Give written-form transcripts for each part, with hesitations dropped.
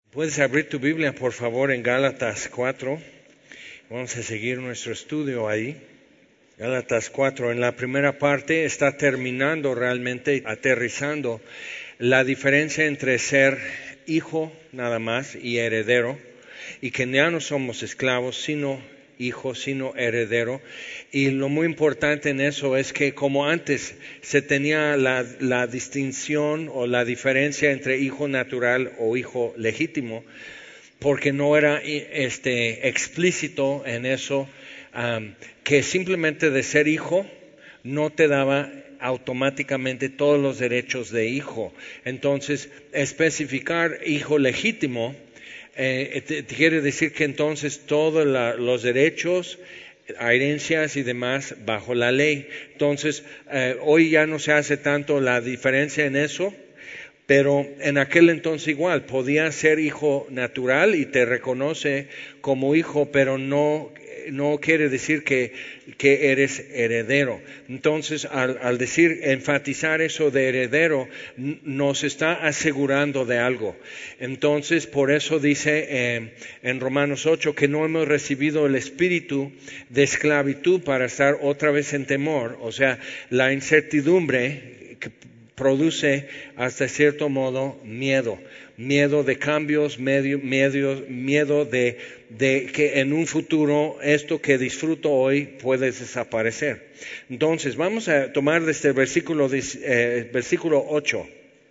Puedes abrir tu Biblia, por favor, en Gálatas 4. Vamos a seguir nuestro estudio ahí. Gálatas 4, en la primera parte está terminando realmente, aterrizando la diferencia entre ser hijo nada más y heredero, y que ya no somos esclavos, sino hijos, sino heredero. Y lo muy importante en eso es que como antes se tenía la distinción o la diferencia entre hijo natural o hijo legítimo, porque no era explícito en eso, que simplemente de ser hijo no te daba automáticamente todos los derechos de hijo. Entonces, especificar hijo legítimo quiere decir que entonces todos los derechos, herencias y demás bajo la ley. Entonces, hoy ya no se hace tanto la diferencia en eso, pero en aquel entonces igual, podía ser hijo natural y te reconoce como hijo, pero no quiere decir que eres heredero. Entonces, al enfatizar eso de heredero, nos está asegurando de algo. Entonces, por eso dice en Romanos 8 que no hemos recibido el espíritu de esclavitud para estar otra vez en temor. O sea, la incertidumbre que produce hasta cierto modo miedo de cambios, miedo de que en un futuro esto que disfruto hoy puede desaparecer. Entonces, vamos a tomar desde el versículo 8.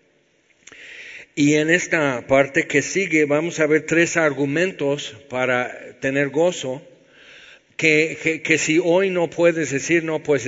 Y en esta parte que sigue vamos a ver 3 argumentos para tener gozo, que si hoy no puedes decir, no, pues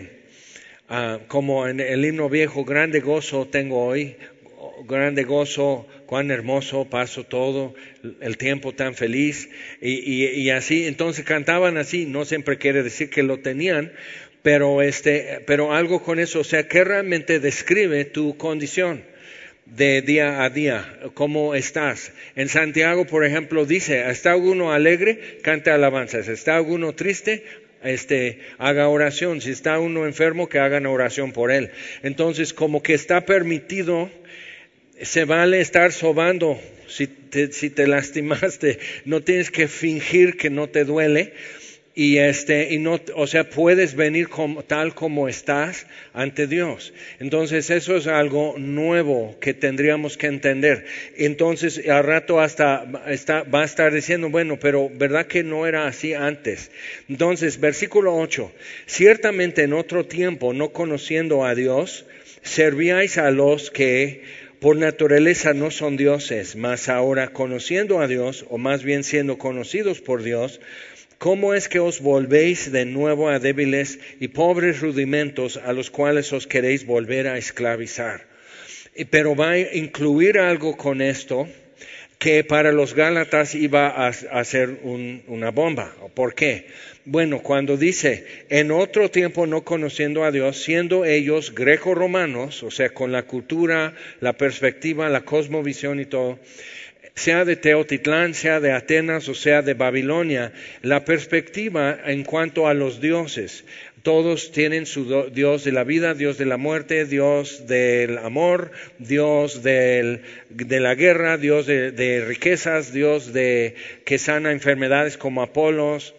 como en el himno viejo, grande gozo tengo hoy, grande gozo, cuán hermoso paso todo, el tiempo tan feliz, y así, entonces cantaban así, no siempre quiere decir que lo tenían, pero algo con eso, o sea, que realmente describe tu condición de día a día, cómo estás. En Santiago, por ejemplo, dice, ¿está alguno alegre? Cante alabanzas. ¿Está alguno triste? Haga oración. Si está uno enfermo, que hagan oración por él. Entonces, como que está permitido, se vale estar sobando. Si te lastimaste, no tienes que fingir que no te duele. Y no, o sea, puedes venir tal como estás ante Dios. Entonces, eso es algo nuevo que tendríamos que entender. Entonces, al rato va a estar diciendo, bueno, pero ¿verdad que no era así antes? Entonces, versículo 8. Ciertamente en otro tiempo, no conociendo a Dios, servíais a los que por naturaleza no son dioses, mas ahora conociendo a Dios, o más bien siendo conocidos por Dios, ¿cómo es que os volvéis de nuevo a débiles y pobres rudimentos a los cuales os queréis volver a esclavizar? Pero va a incluir algo con esto que para los Gálatas iba a ser una bomba. ¿Por qué? Bueno, cuando dice, en otro tiempo no conociendo a Dios, siendo ellos greco-romanos, o sea, con la cultura, la perspectiva, la cosmovisión y todo, sea de Teotitlán, sea de Atenas o sea de Babilonia, la perspectiva en cuanto a los dioses, todos tienen su Dios de la vida, Dios de la muerte, Dios del amor, Dios de la guerra, Dios de riquezas, Dios que sana enfermedades como Apolos.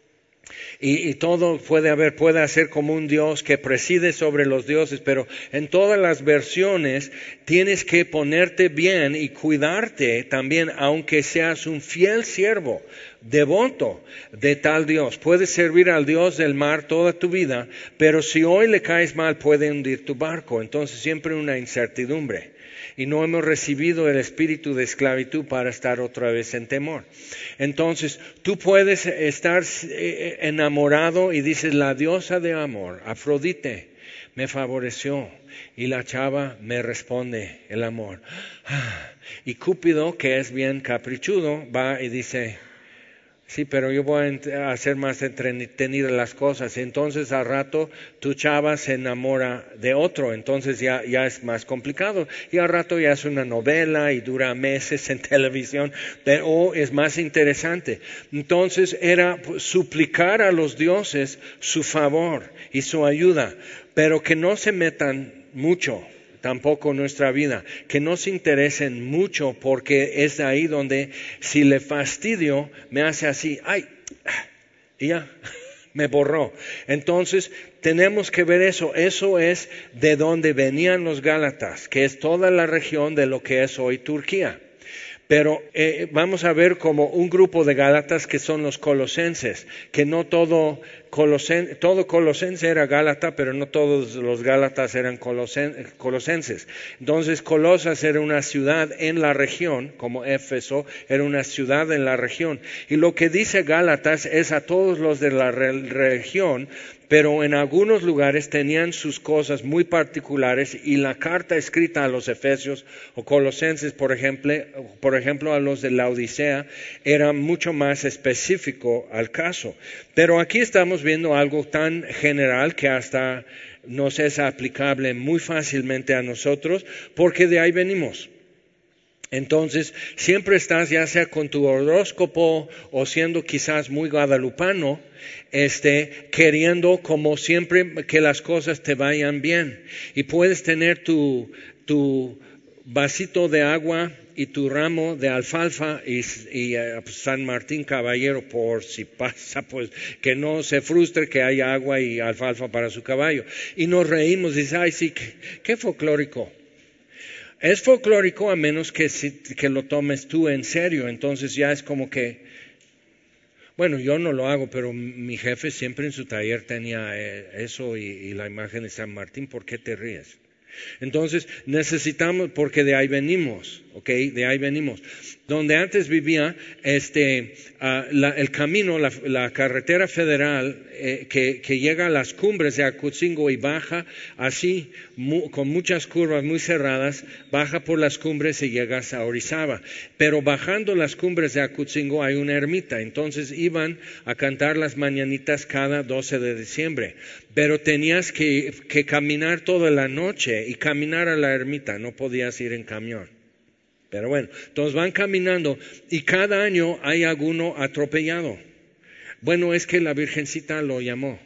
Y todo puede hacer como un Dios que preside sobre los dioses, pero en todas las versiones tienes que ponerte bien y cuidarte también, aunque seas un fiel siervo, devoto de tal Dios. Puedes servir al Dios del mar toda tu vida, pero si hoy le caes mal puede hundir tu barco. Entonces siempre una incertidumbre. Y no hemos recibido el espíritu de esclavitud para estar otra vez en temor. Entonces, tú puedes estar enamorado y dices, la diosa de amor, Afrodite, me favoreció. Y la chava me responde el amor. Y Cúpido, que es bien caprichudo, va y dice, sí, pero yo voy a hacer más entretenidas las cosas. Entonces al rato tu chava se enamora de otro, entonces ya es más complicado. Y al rato ya es una novela y dura meses en televisión, pero es más interesante. Entonces era suplicar a los dioses su favor y su ayuda, pero que no se metan mucho. tampoco nuestra vida, que no se interesen mucho, porque es ahí donde si le fastidio me hace así, ay, y ya, me borró. Entonces tenemos que ver eso. Eso es de donde venían los Gálatas, que es toda la región de lo que es hoy Turquía. Pero vamos a ver como un grupo de Gálatas que son los colosenses, que no todo colosense era Gálata, pero no todos los Gálatas eran colosenses. Entonces Colosas era una ciudad en la región, como Éfeso era una ciudad en la región. Y lo que dice Gálatas es a todos los de la región, pero en algunos lugares tenían sus cosas muy particulares, y la carta escrita a los Efesios o Colosenses, por ejemplo a los de la Odisea, era mucho más específico al caso. Pero aquí estamos viendo algo tan general que hasta nos es aplicable muy fácilmente a nosotros, porque de ahí venimos. Entonces, siempre estás, ya sea con tu horóscopo o siendo quizás muy guadalupano, queriendo como siempre que las cosas te vayan bien. Y puedes tener tu vasito de agua y tu ramo de alfalfa y San Martín Caballero, por si pasa, pues que no se frustre que haya agua y alfalfa para su caballo. Y nos reímos y dice, ay sí, qué folclórico. Es folclórico a menos que lo tomes tú en serio. Entonces ya es como que, bueno, yo no lo hago, pero mi jefe siempre en su taller tenía eso y la imagen de San Martín. ¿Por qué te ríes? Entonces necesitamos, porque de ahí venimos, ¿ok? De ahí venimos. Donde antes vivía, el camino, la carretera federal que llega a las cumbres de Acutzingo y baja así, con muchas curvas muy cerradas, baja por las cumbres y llegas a Orizaba. Pero bajando las cumbres de Acutzingo hay una ermita, entonces iban a cantar las mañanitas cada 12 de diciembre. Pero tenías que caminar toda la noche y caminar a la ermita, no podías ir en camión. Pero bueno, entonces van caminando y cada año hay alguno atropellado. Bueno, es que la Virgencita lo llamó.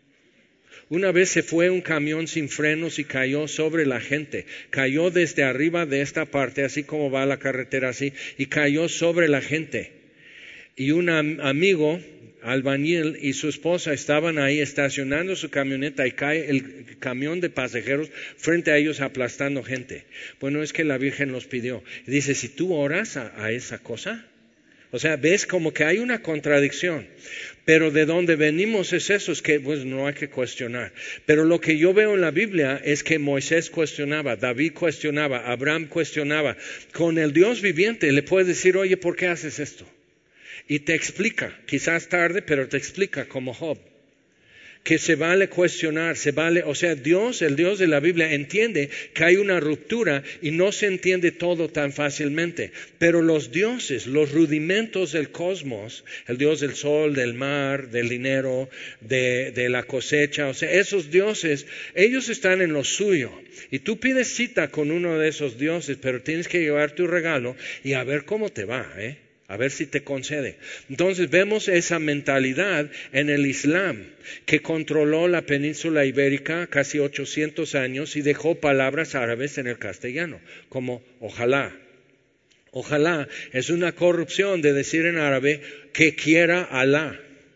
Una vez se fue un camión sin frenos y cayó sobre la gente. Cayó desde arriba de esta parte, así como va la carretera así, y cayó sobre la gente. Y un amigo albañil y su esposa estaban ahí estacionando su camioneta y cae el camión de pasajeros frente a ellos aplastando gente. Bueno, es que la Virgen los pidió. Y dice, si tú oras a esa cosa, o sea, ves como que hay una contradicción. Pero de dónde venimos es eso, es que pues no hay que cuestionar. Pero lo que yo veo en la Biblia es que Moisés cuestionaba, David cuestionaba, Abraham cuestionaba. Con el Dios viviente le puedes decir, oye, ¿por qué haces esto? Y te explica, quizás tarde, pero te explica como Job, que se vale cuestionar, o sea, Dios, el Dios de la Biblia, entiende que hay una ruptura y no se entiende todo tan fácilmente. Pero los dioses, los rudimentos del cosmos, el Dios del sol, del mar, del dinero, de la cosecha, o sea, esos dioses, ellos están en lo suyo. Y tú pides cita con uno de esos dioses, pero tienes que llevar tu regalo y a ver cómo te va, a ver si te concede. Entonces vemos esa mentalidad en el Islam, que controló la península ibérica casi 800 años y dejó palabras árabes en el castellano, como ojalá. Ojalá es una corrupción de decir en árabe que quiera Alá.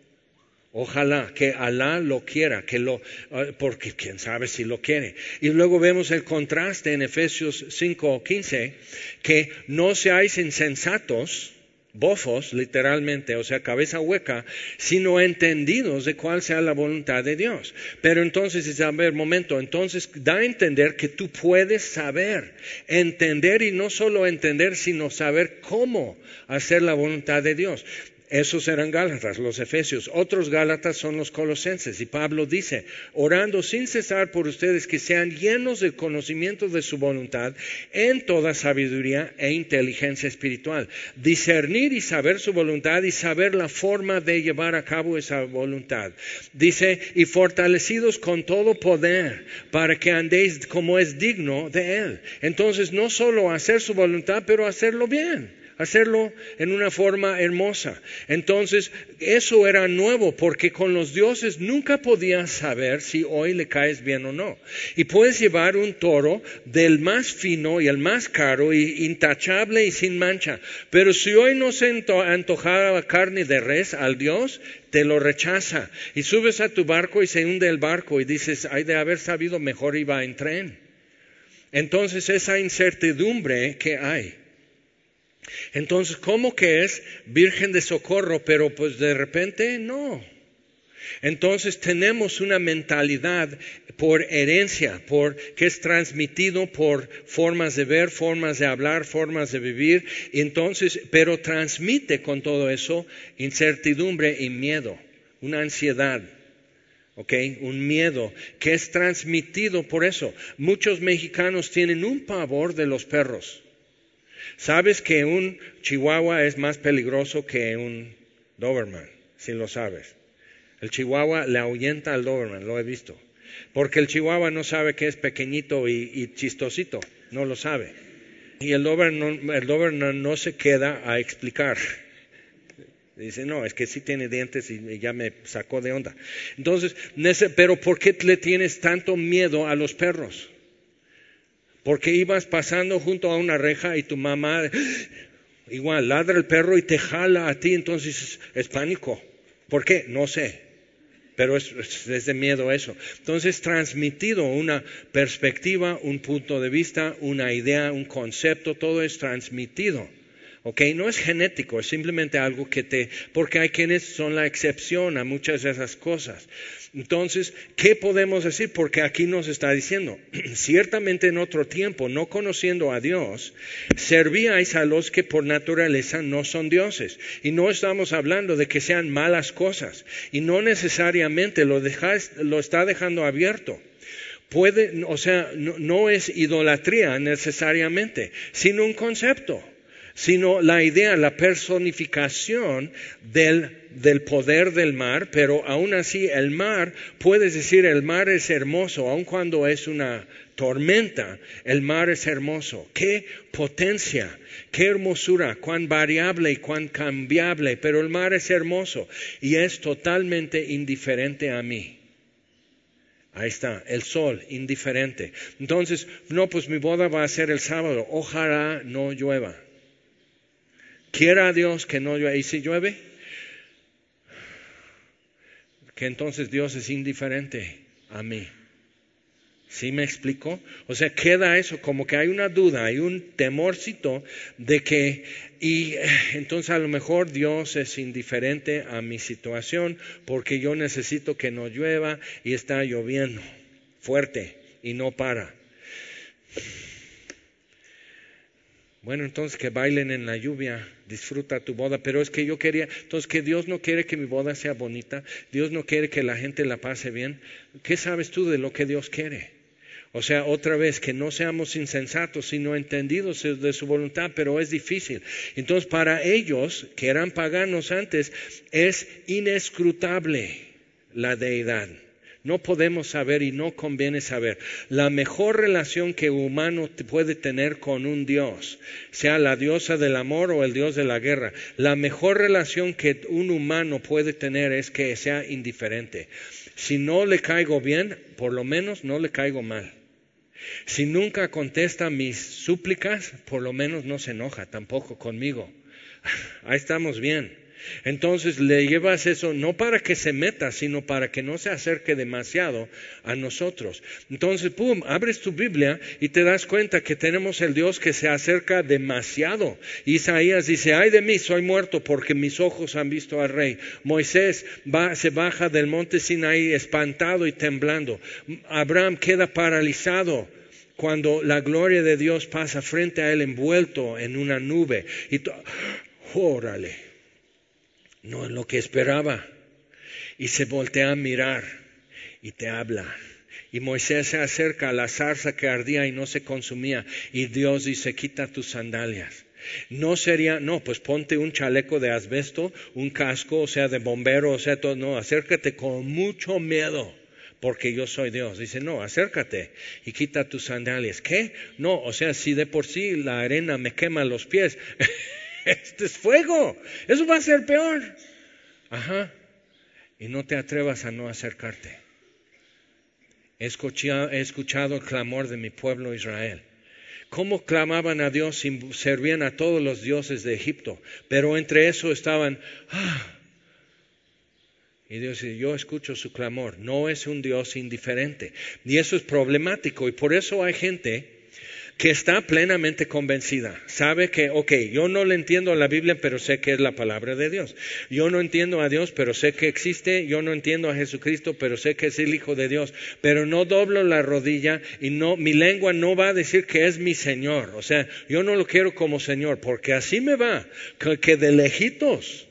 Ojalá que Alá lo quiera, porque quién sabe si lo quiere. Y luego vemos el contraste en Efesios 5:15, que no seáis insensatos, bofos, literalmente, o sea, cabeza hueca, sino entendidos de cuál sea la voluntad de Dios. Pero entonces, a ver, momento, entonces da a entender que tú puedes saber, entender y no solo entender, sino saber cómo hacer la voluntad de Dios. Esos eran Gálatas, los Efesios. Otros Gálatas son los Colosenses. Y Pablo dice, orando sin cesar por ustedes que sean llenos del conocimiento de su voluntad en toda sabiduría e inteligencia espiritual. Discernir y saber su voluntad y saber la forma de llevar a cabo esa voluntad. Dice, y fortalecidos con todo poder para que andéis como es digno de Él. Entonces, no solo hacer su voluntad, pero hacerlo bien. hacerlo en una forma hermosa. Entonces, eso era nuevo, porque con los dioses nunca podías saber si hoy le caes bien o no. Y puedes llevar un toro del más fino y el más caro, y intachable y sin mancha. Pero si hoy no se antojaba carne de res al Dios, te lo rechaza. Y subes a tu barco y se hunde el barco y dices, hay de haber sabido mejor iba en tren. Entonces, esa incertidumbre que hay. Entonces, ¿cómo que es Virgen de Socorro? Pero pues de repente no. Entonces tenemos una mentalidad por herencia, que es transmitido por formas de ver, formas de hablar, formas de vivir. Entonces, pero transmite con todo eso incertidumbre y miedo, una ansiedad. Un miedo que es transmitido por eso. Muchos mexicanos tienen un pavor de los perros. ¿Sabes que un chihuahua es más peligroso que un doberman? Si lo sabes. El chihuahua le ahuyenta al doberman, lo he visto. Porque el chihuahua no sabe que es pequeñito y chistosito, no lo sabe. Y el doberman no se queda a explicar. Dice, no, es que sí tiene dientes y ya me sacó de onda. Entonces, pero ¿por qué le tienes tanto miedo a los perros? Porque ibas pasando junto a una reja y tu mamá, igual, ladra el perro y te jala a ti, entonces es pánico. ¿Por qué? No sé, pero es de miedo eso. Entonces, transmitido una perspectiva, un punto de vista, una idea, un concepto, todo es transmitido. No es genético, es simplemente algo porque hay quienes son la excepción a muchas de esas cosas. Entonces, ¿qué podemos decir? Porque aquí nos está diciendo, ciertamente en otro tiempo, no conociendo a Dios, servíais a los que por naturaleza no son dioses. Y no estamos hablando de que sean malas cosas. Y no necesariamente lo está dejando abierto. No es idolatría necesariamente, sino un concepto. Sino la idea, la personificación del poder del mar, pero aún así el mar, puedes decir el mar es hermoso, aun cuando es una tormenta, el mar es hermoso. Qué potencia, qué hermosura, cuán variable y cuán cambiable, pero el mar es hermoso y es totalmente indiferente a mí. Ahí está, el sol, indiferente. Entonces, no, pues mi boda va a ser el sábado, ojalá no llueva. Quiera Dios que no llueva. ¿Y si llueve? Que entonces Dios es indiferente a mí. ¿Sí me explico? O sea, queda eso, como que hay una duda, hay un temorcito de que, y entonces a lo mejor Dios es indiferente a mi situación porque yo necesito que no llueva y está lloviendo fuerte y no para. Bueno, entonces que bailen en la lluvia, disfruta tu boda, pero es que entonces que Dios no quiere que mi boda sea bonita, Dios no quiere que la gente la pase bien. ¿Qué sabes tú de lo que Dios quiere? O sea, otra vez, que no seamos insensatos, sino entendidos de su voluntad, pero es difícil. Entonces, para ellos, que eran paganos antes, es inescrutable la deidad. No podemos saber y no conviene saber. La mejor relación que un humano puede tener con un Dios, sea la diosa del amor o el Dios de la guerra, la mejor relación que un humano puede tener es que sea indiferente. Si no le caigo bien, por lo menos no le caigo mal. Si nunca contesta mis súplicas, por lo menos no se enoja tampoco conmigo. Ahí estamos bien. Entonces le llevas eso no para que se meta, sino para que no se acerque demasiado a nosotros. Entonces, abres tu Biblia y te das cuenta que tenemos el Dios que se acerca demasiado. Isaías dice, ay de mí, soy muerto porque mis ojos han visto al Rey. Moisés se baja del monte Sinaí espantado y temblando. Abraham queda paralizado cuando la gloria de Dios pasa frente a él envuelto en una nube. Y órale. No es lo que esperaba. Y se voltea a mirar y te habla. Y Moisés se acerca a la zarza que ardía y no se consumía. Y Dios dice, quita tus sandalias. Pues ponte un chaleco de asbesto, un casco, o sea, de bombero, o sea, todo. No, acércate con mucho miedo. Porque yo soy Dios. Dice, no, acércate y quita tus sandalias. ¿Qué? No, o sea, si de por sí la arena me quema los pies. Este es fuego. Eso va a ser peor. Ajá. Y no te atrevas a no acercarte. He escuchado el clamor de mi pueblo Israel. Cómo clamaban a Dios y servían a todos los dioses de Egipto. Pero entre eso estaban... Y Dios dice, yo escucho su clamor. No es un Dios indiferente. Y eso es problemático. Y por eso hay gente que está plenamente convencida. Sabe que, yo no le entiendo a la Biblia, pero sé que es la palabra de Dios. Yo no entiendo a Dios, pero sé que existe. Yo no entiendo a Jesucristo, pero sé que es el Hijo de Dios. Pero no doblo la rodilla y mi lengua no va a decir que es mi Señor. O sea, yo no lo quiero como Señor, porque así me va. Que de lejitos,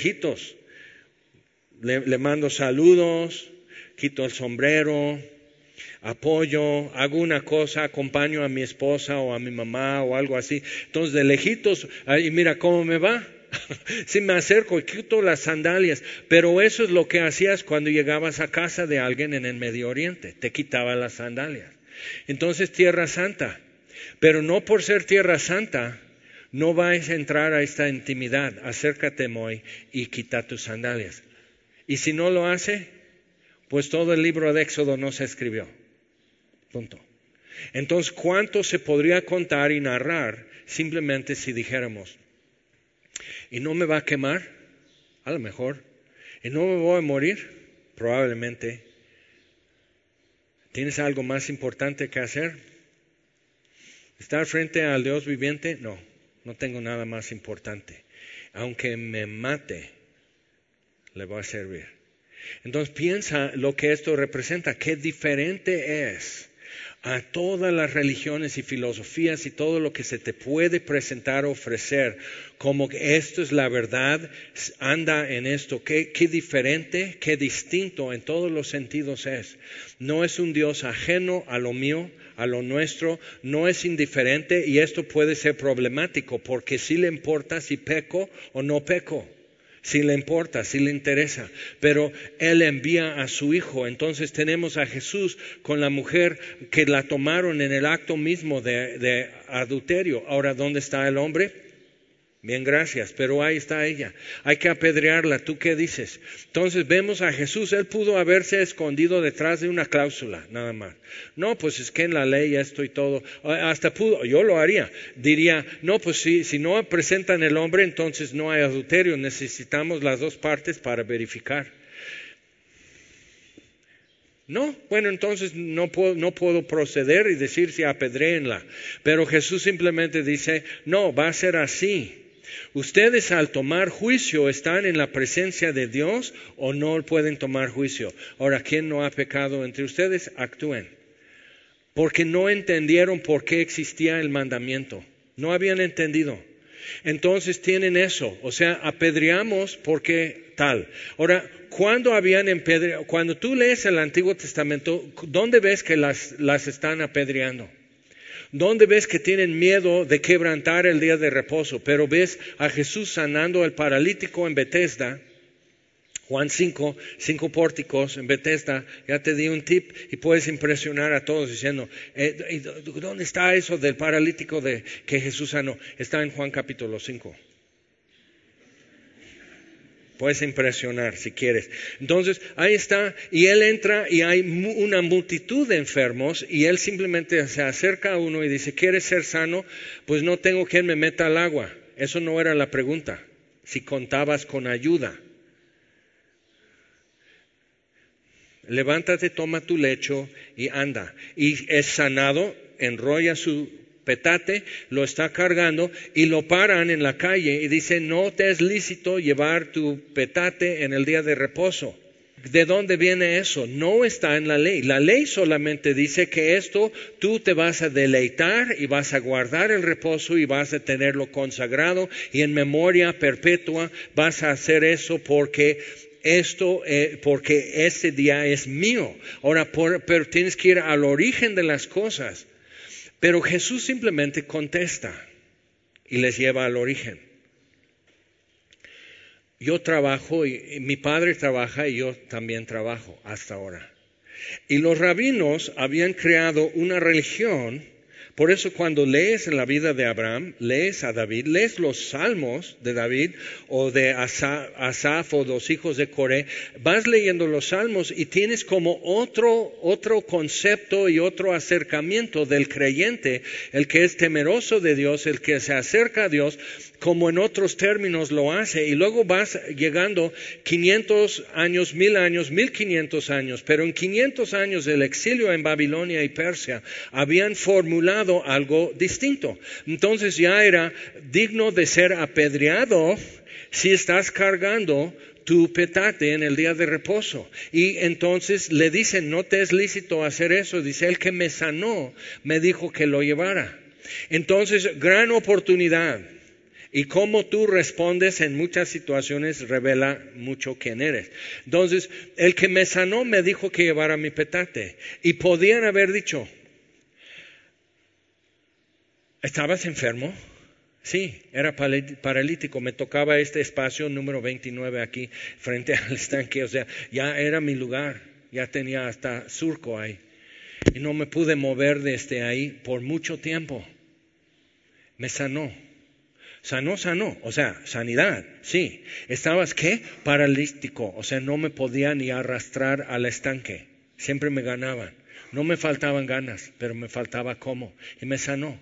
le mando saludos, quito el sombrero, apoyo, hago una cosa, acompaño a mi esposa o a mi mamá o algo así. Entonces de lejitos, y mira cómo me va. Si me acerco y quito las sandalias, pero eso es lo que hacías cuando llegabas a casa de alguien en el Medio Oriente, te quitaba las sandalias. Entonces Tierra Santa, pero no por ser Tierra Santa, no vais a entrar a esta intimidad. Acércate, Moy, y quita tus sandalias. Y si no lo hace, pues todo el libro de Éxodo no se escribió. Punto. Entonces, ¿cuánto se podría contar y narrar simplemente si dijéramos, ¿y no me va a quemar? A lo mejor. ¿Y no me voy a morir? Probablemente. ¿Tienes algo más importante que hacer? ¿Estar frente al Dios viviente? No tengo nada más importante. Aunque me mate, le va a servir. Entonces piensa lo que esto representa, qué diferente es a todas las religiones y filosofías y todo lo que se te puede presentar o ofrecer, como que esto es la verdad, anda en esto, qué diferente, qué distinto en todos los sentidos es. No es un Dios ajeno a lo mío, a lo nuestro, no es indiferente, y esto puede ser problemático porque sí le importa si peco o no peco. Si le importa, si le interesa, pero Él envía a su Hijo. Entonces tenemos a Jesús con la mujer que la tomaron en el acto mismo de adulterio. Ahora, ¿dónde está el hombre? Bien, gracias, pero ahí está ella. Hay que apedrearla. ¿Tú qué dices? Entonces vemos a Jesús. Él pudo haberse escondido detrás de una cláusula, nada más. No, pues es que en la ley esto y todo. Hasta pudo, yo lo haría. Diría, no, pues si no presentan el hombre, entonces no hay adulterio. Necesitamos las dos partes para verificar. No, bueno, entonces no puedo proceder y decir si apedréenla. Pero Jesús simplemente dice, no, va a ser así. Ustedes al tomar juicio están en la presencia de Dios o no pueden tomar juicio. Ahora, ¿quién no ha pecado entre ustedes? Actúen. Porque no entendieron por qué existía el mandamiento. No habían entendido. Entonces tienen eso. O sea, apedreamos porque tal. Ahora, cuando tú lees el Antiguo Testamento, ¿dónde ves que las están apedreando? ¿Dónde ves que tienen miedo de quebrantar el día de reposo? Pero ves a Jesús sanando al paralítico en Betesda. Juan 5 pórticos en Betesda. Ya te di un tip y puedes impresionar a todos diciendo, ¿dónde está eso del paralítico que Jesús sanó? Está en Juan capítulo 5. Puedes impresionar si quieres. Entonces, ahí está, y él entra y hay una multitud de enfermos y él simplemente se acerca a uno y dice, ¿quieres ser sano? Pues no tengo quien me meta al agua. Eso no era la pregunta, si contabas con ayuda. Levántate, toma tu lecho y anda. Y es sanado, enrolla su petate, lo está cargando y lo paran en la calle y dicen, no te es lícito llevar tu petate en el día de reposo. ¿De dónde viene eso? No está en la ley. La ley solamente dice que esto tú te vas a deleitar y vas a guardar el reposo y vas a tenerlo consagrado y en memoria perpetua vas a hacer eso porque ese día es mío. Ahora, pero tienes que ir al origen de las cosas. Pero Jesús simplemente contesta y les lleva al origen. Yo trabajo y mi padre trabaja y yo también trabajo hasta ahora. Y los rabinos habían creado una religión Por eso cuando lees en la vida de Abraham, lees a David, lees los salmos de David o de Asaf o los hijos de Coré, vas leyendo los salmos y tienes como otro concepto y otro acercamiento del creyente, el que es temeroso de Dios, el que se acerca a Dios, como en otros términos lo hace, y luego vas llegando 500 años, 1000 años, 1500 años, pero en 500 años del exilio en Babilonia y Persia habían formulado algo distinto. Entonces ya era digno de ser apedreado si estás cargando tu petate en el día de reposo. Y entonces le dicen, no te es lícito hacer eso. Dice, el que me sanó me dijo que lo llevara. Entonces, gran oportunidad. Y cómo tú respondes en muchas situaciones revela mucho quién eres. Entonces, el que me sanó me dijo que llevara mi petate. Y podían haber dicho, ¿estabas enfermo? Sí, era paralítico. Me tocaba este espacio número 29 aquí, frente al estanque. O sea, ya era mi lugar. Ya tenía hasta surco ahí. Y no me pude mover desde ahí por mucho tiempo. Me sanó. Sanó, o sea, sanidad, sí. ¿Estabas qué? Paralítico, o sea, no me podía ni arrastrar al estanque. Siempre me ganaban. No me faltaban ganas, pero me faltaba cómo. Y me sanó.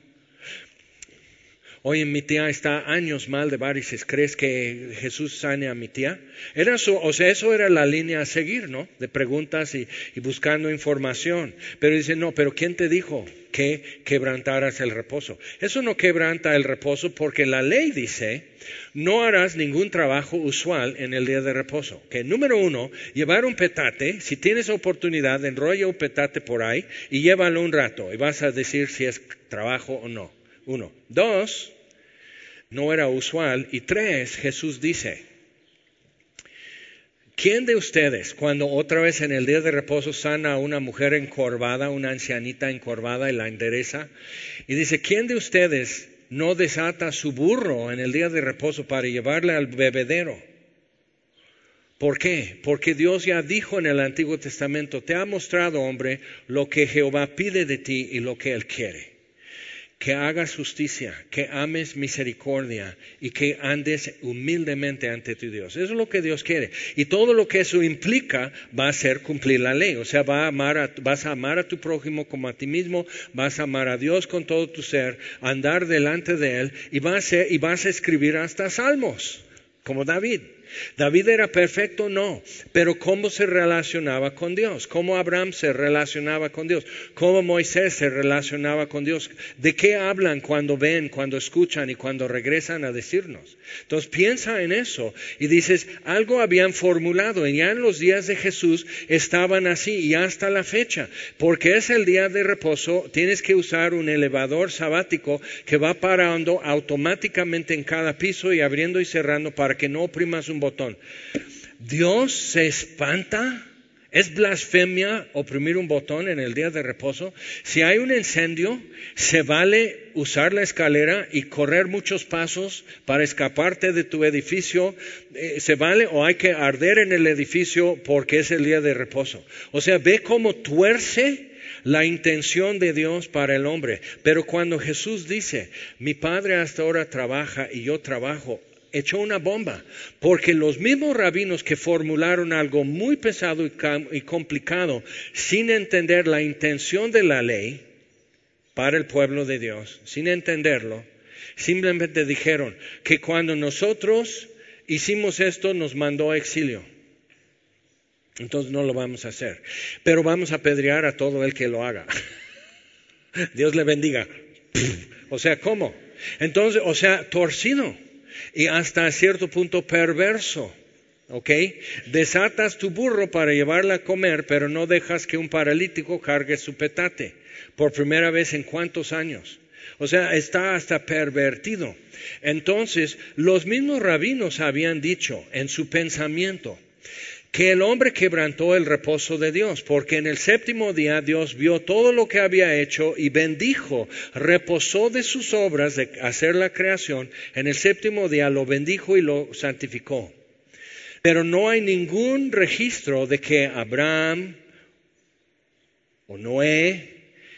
Oye, mi tía está años mal de varices. ¿Crees que Jesús sane a mi tía? Eso era la línea a seguir, ¿no? De preguntas y buscando información. Pero dice, no, pero ¿quién te dijo que quebrantaras el reposo? Eso no quebranta el reposo porque la ley dice, no harás ningún trabajo usual en el día de reposo. Que número 1, llevar un petate. Si tienes oportunidad, enrolla un petate por ahí y llévalo un rato. Y vas a decir si es trabajo o no. 1. 2, no era usual. Y 3, Jesús dice, ¿quién de ustedes, cuando otra vez en el día de reposo sana a una mujer encorvada, una ancianita encorvada y la endereza? Y dice, ¿quién de ustedes no desata su burro en el día de reposo para llevarle al bebedero? ¿Por qué? Porque Dios ya dijo en el Antiguo Testamento, te ha mostrado, hombre, lo que Jehová pide de ti y lo que Él quiere. Que hagas justicia, que ames misericordia y que andes humildemente ante tu Dios. Eso es lo que Dios quiere. Y todo lo que eso implica va a ser cumplir la ley. O sea, vas a amar a tu prójimo como a ti mismo, vas a amar a Dios con todo tu ser, andar delante de Él y vas a escribir hasta salmos, como David. ¿David era perfecto? No. Pero ¿cómo se relacionaba con Dios? ¿Cómo Abraham se relacionaba con Dios? ¿Cómo Moisés se relacionaba con Dios? ¿De qué hablan cuando ven, cuando escuchan y cuando regresan a decirnos? Entonces piensa en eso y dices, algo habían formulado y ya en los días de Jesús estaban así y hasta la fecha. Porque es el día de reposo, tienes que usar un elevador sabático que va parando automáticamente en cada piso y abriendo y cerrando para que no oprimas un botón. Dios se espanta. ¿Es blasfemia oprimir un botón en el día de reposo? Si hay un incendio, se vale usar la escalera y correr muchos pasos para escaparte de tu edificio. ¿Se vale o hay que arder en el edificio porque es el día de reposo? O sea, ve cómo tuerce la intención de Dios para el hombre. Pero cuando Jesús dice, mi Padre hasta ahora trabaja y yo trabajo, echó una bomba, porque los mismos rabinos que formularon algo muy pesado y complicado sin entender la intención de la ley para el pueblo de Dios, sin entenderlo, simplemente dijeron que cuando nosotros hicimos esto nos mandó a exilio. Entonces no lo vamos a hacer, pero vamos a apedrear a todo el que lo haga. Dios le bendiga. O sea, ¿cómo? Entonces, o sea, torcido. Y hasta cierto punto perverso, ¿ok? Desatas tu burro para llevarla a comer, pero no dejas que un paralítico cargue su petate. Por primera vez en ¿cuántos años? O sea, está hasta pervertido. Entonces, los mismos rabinos habían dicho en su pensamiento que el hombre quebrantó el reposo de Dios, porque en el séptimo día Dios vio todo lo que había hecho y bendijo, reposó de sus obras de hacer la creación, en el séptimo día lo bendijo y lo santificó. Pero no hay ningún registro de que Abraham o Noé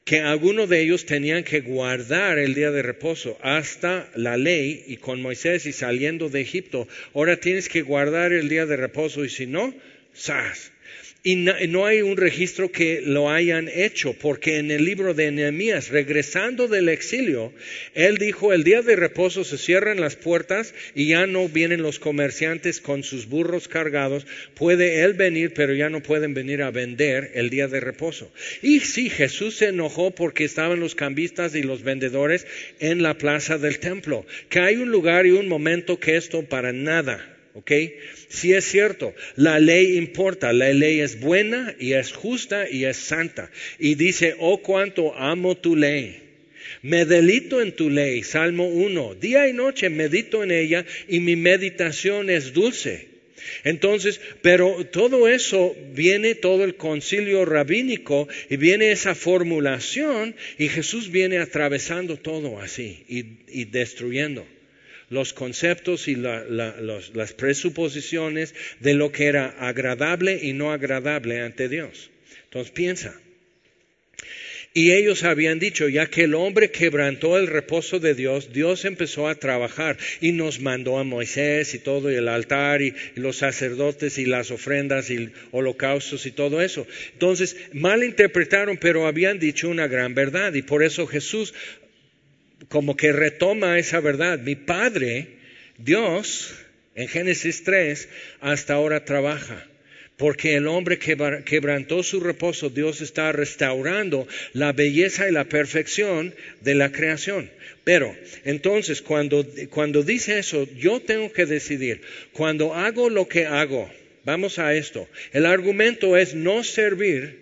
que algunos de ellos tenían que guardar el día de reposo hasta la ley, y con Moisés y saliendo de Egipto, ahora tienes que guardar el día de reposo, y si no, ¡zas! Y no hay un registro que lo hayan hecho, porque en el libro de Nehemías, regresando del exilio, él dijo, el día de reposo se cierran las puertas y ya no vienen los comerciantes con sus burros cargados. Puede él venir, pero ya no pueden venir a vender el día de reposo. Y sí, Jesús se enojó porque estaban los cambistas y los vendedores en la plaza del templo. Que hay un lugar y un momento que esto para nada. ¿Ok? Sí es cierto, la ley importa, la ley es buena y es justa y es santa. Y dice, oh cuánto amo tu ley. Me deleito en tu ley, Salmo 1. Día y noche medito en ella y mi meditación es dulce. Entonces, pero todo eso viene, todo el concilio rabínico, y viene esa formulación, y Jesús viene atravesando todo así y destruyendo los conceptos y las presuposiciones de lo que era agradable y no agradable ante Dios. Entonces piensa. Y ellos habían dicho, ya que el hombre quebrantó el reposo de Dios, Dios empezó a trabajar y nos mandó a Moisés y todo, y el altar y los sacerdotes y las ofrendas y holocaustos y todo eso. Entonces malinterpretaron, pero habían dicho una gran verdad, y por eso Jesús como que retoma esa verdad. Mi Padre, Dios, en Génesis 3, hasta ahora trabaja. Porque el hombre quebrantó su reposo, Dios está restaurando la belleza y la perfección de la creación. Pero, entonces, cuando dice eso, yo tengo que decidir. Cuando hago lo que hago, vamos a esto. El argumento es no servir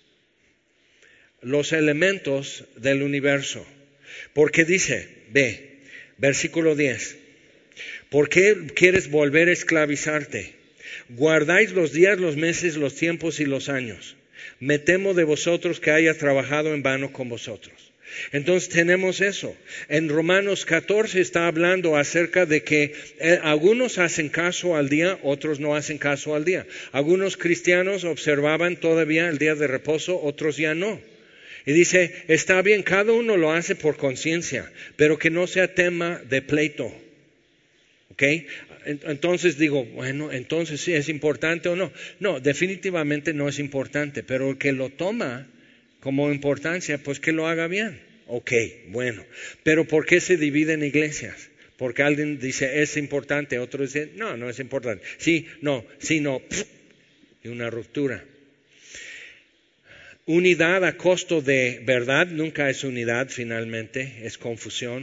los elementos del universo. Porque dice, versículo 10, ¿por qué quieres volver a esclavizarte? Guardáis los días, los meses, los tiempos y los años. Me temo de vosotros que haya trabajado en vano con vosotros. Entonces tenemos eso. En Romanos 14 está hablando acerca de que algunos hacen caso al día, otros no hacen caso al día. Algunos cristianos observaban todavía el día de reposo, otros ya no. Y dice, está bien, cada uno lo hace por conciencia, pero que no sea tema de pleito. ¿Ok? Entonces digo, bueno, entonces sí, ¿es importante o no? No, definitivamente no es importante, pero el que lo toma como importancia, pues que lo haga bien. Ok, bueno. Pero ¿por qué se dividen iglesias? Porque alguien dice, es importante, otro dice, no es importante. Sí, no, y una ruptura. Unidad a costo de verdad nunca es unidad finalmente, es confusión.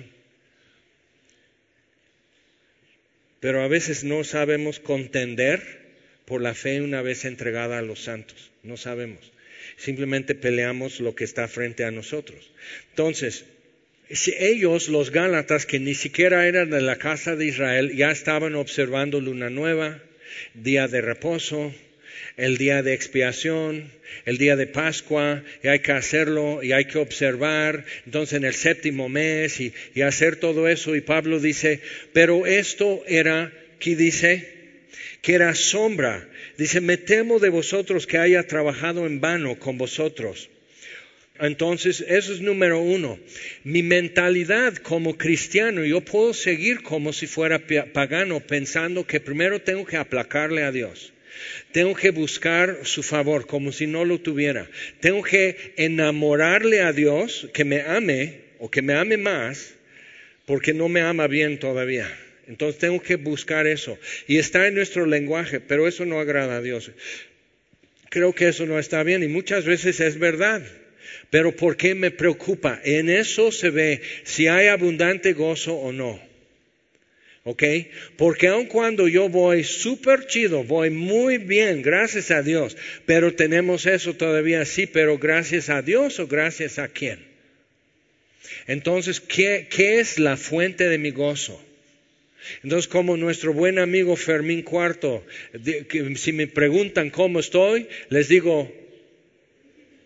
Pero a veces no sabemos contender por la fe una vez entregada a los santos. No sabemos. Simplemente peleamos lo que está frente a nosotros. Entonces, si ellos, los Gálatas, que ni siquiera eran de la casa de Israel, ya estaban observando luna nueva, día de reposo, el día de expiación, el día de Pascua, y hay que hacerlo, y hay que observar, entonces en el séptimo mes, y hacer todo eso, y Pablo dice, pero esto era, ¿qué dice? Que era sombra. Dice, me temo de vosotros que haya trabajado en vano con vosotros. Entonces, eso es número uno. Mi mentalidad como cristiano, yo puedo seguir como si fuera pagano, pensando que primero tengo que aplacarle a Dios. Tengo que buscar su favor como si no lo tuviera. Tengo que enamorarle a Dios que me ame o que me ame más porque no me ama bien todavía. Entonces tengo que buscar eso. Y está en nuestro lenguaje, pero eso no agrada a Dios. Creo que eso no está bien y muchas veces es verdad. Pero ¿por qué me preocupa? En eso se ve si hay abundante gozo o no. ¿Ok? Porque aun cuando yo voy súper chido, voy muy bien, gracias a Dios, pero tenemos eso todavía, sí, pero gracias a Dios o gracias a quién. Entonces, ¿qué es la fuente de mi gozo? Entonces, como nuestro buen amigo Fermín Cuarto, si me preguntan cómo estoy, les digo,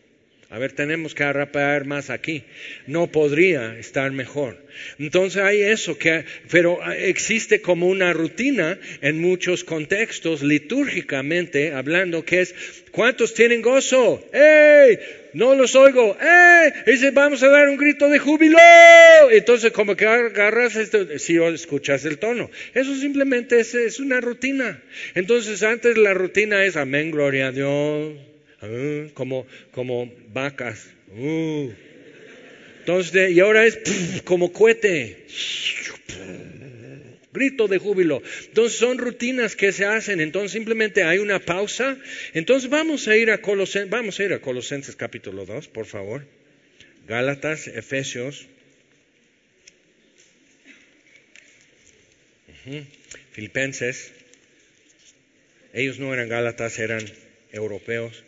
A ver, tenemos que arrapear más aquí. No podría estar mejor. Entonces hay eso, pero existe como una rutina en muchos contextos, litúrgicamente hablando, que es, ¿cuántos tienen gozo? ¡Ey! No los oigo. ¡Ey! Dice, vamos a dar un grito de júbilo. Entonces como que agarras si escuchas el tono. Eso simplemente es una rutina. Entonces antes la rutina es amén, gloria a Dios. Como vacas. Entonces, y ahora es como cohete. Grito de júbilo. Entonces son rutinas que se hacen. Entonces simplemente hay una pausa. Entonces vamos a ir a Colosenses capítulo 2, por favor. Gálatas, Efesios. Filipenses. Ellos no eran gálatas, eran europeos.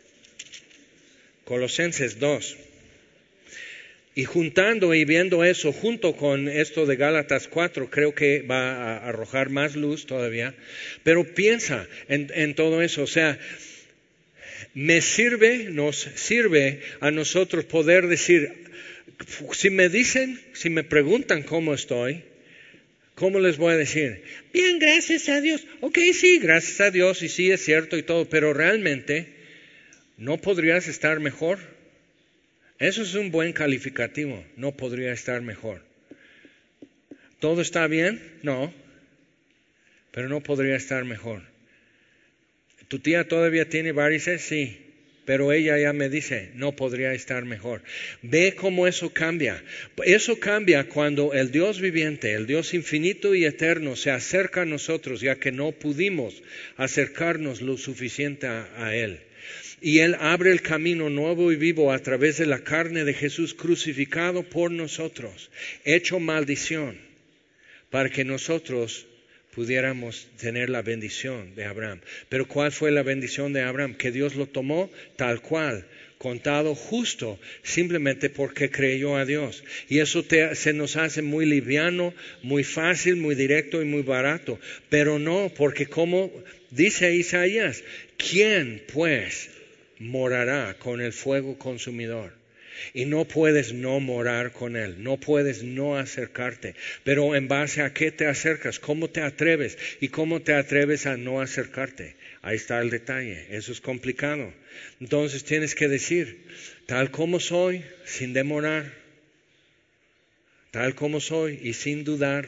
Colosenses 2. Y juntando y viendo eso junto con esto de Gálatas 4, creo que va a arrojar más luz todavía. Pero piensa en todo eso. O sea, nos sirve a nosotros poder decir, si me preguntan cómo estoy, ¿cómo les voy a decir? Bien, gracias a Dios. Ok, sí, gracias a Dios y sí es cierto y todo, pero realmente ¿no podrías estar mejor? Eso es un buen calificativo. No podría estar mejor. ¿Todo está bien? No. Pero no podría estar mejor. ¿Tu tía todavía tiene varices? Sí. Pero ella ya me dice, no podría estar mejor. Ve cómo eso cambia. Eso cambia cuando el Dios viviente, el Dios infinito y eterno, se acerca a nosotros, ya que no pudimos acercarnos lo suficiente a Él. Y Él abre el camino nuevo y vivo a través de la carne de Jesús crucificado por nosotros, hecho maldición, para que nosotros pudiéramos tener la bendición de Abraham. Pero ¿cuál fue la bendición de Abraham? Que Dios lo tomó tal cual, contado justo, simplemente porque creyó a Dios. Y eso se nos hace muy liviano, muy fácil, muy directo y muy barato. Pero no, porque como dice Isaías, ¿quién pues morará con el fuego consumidor? Y no puedes no morar con Él, no puedes no acercarte. Pero ¿en base a qué te acercas? ¿Cómo te atreves? ¿Y cómo te atreves a no acercarte? Ahí está el detalle, eso es complicado. Entonces tienes que decir, tal como soy, sin demorar, tal como soy y sin dudar,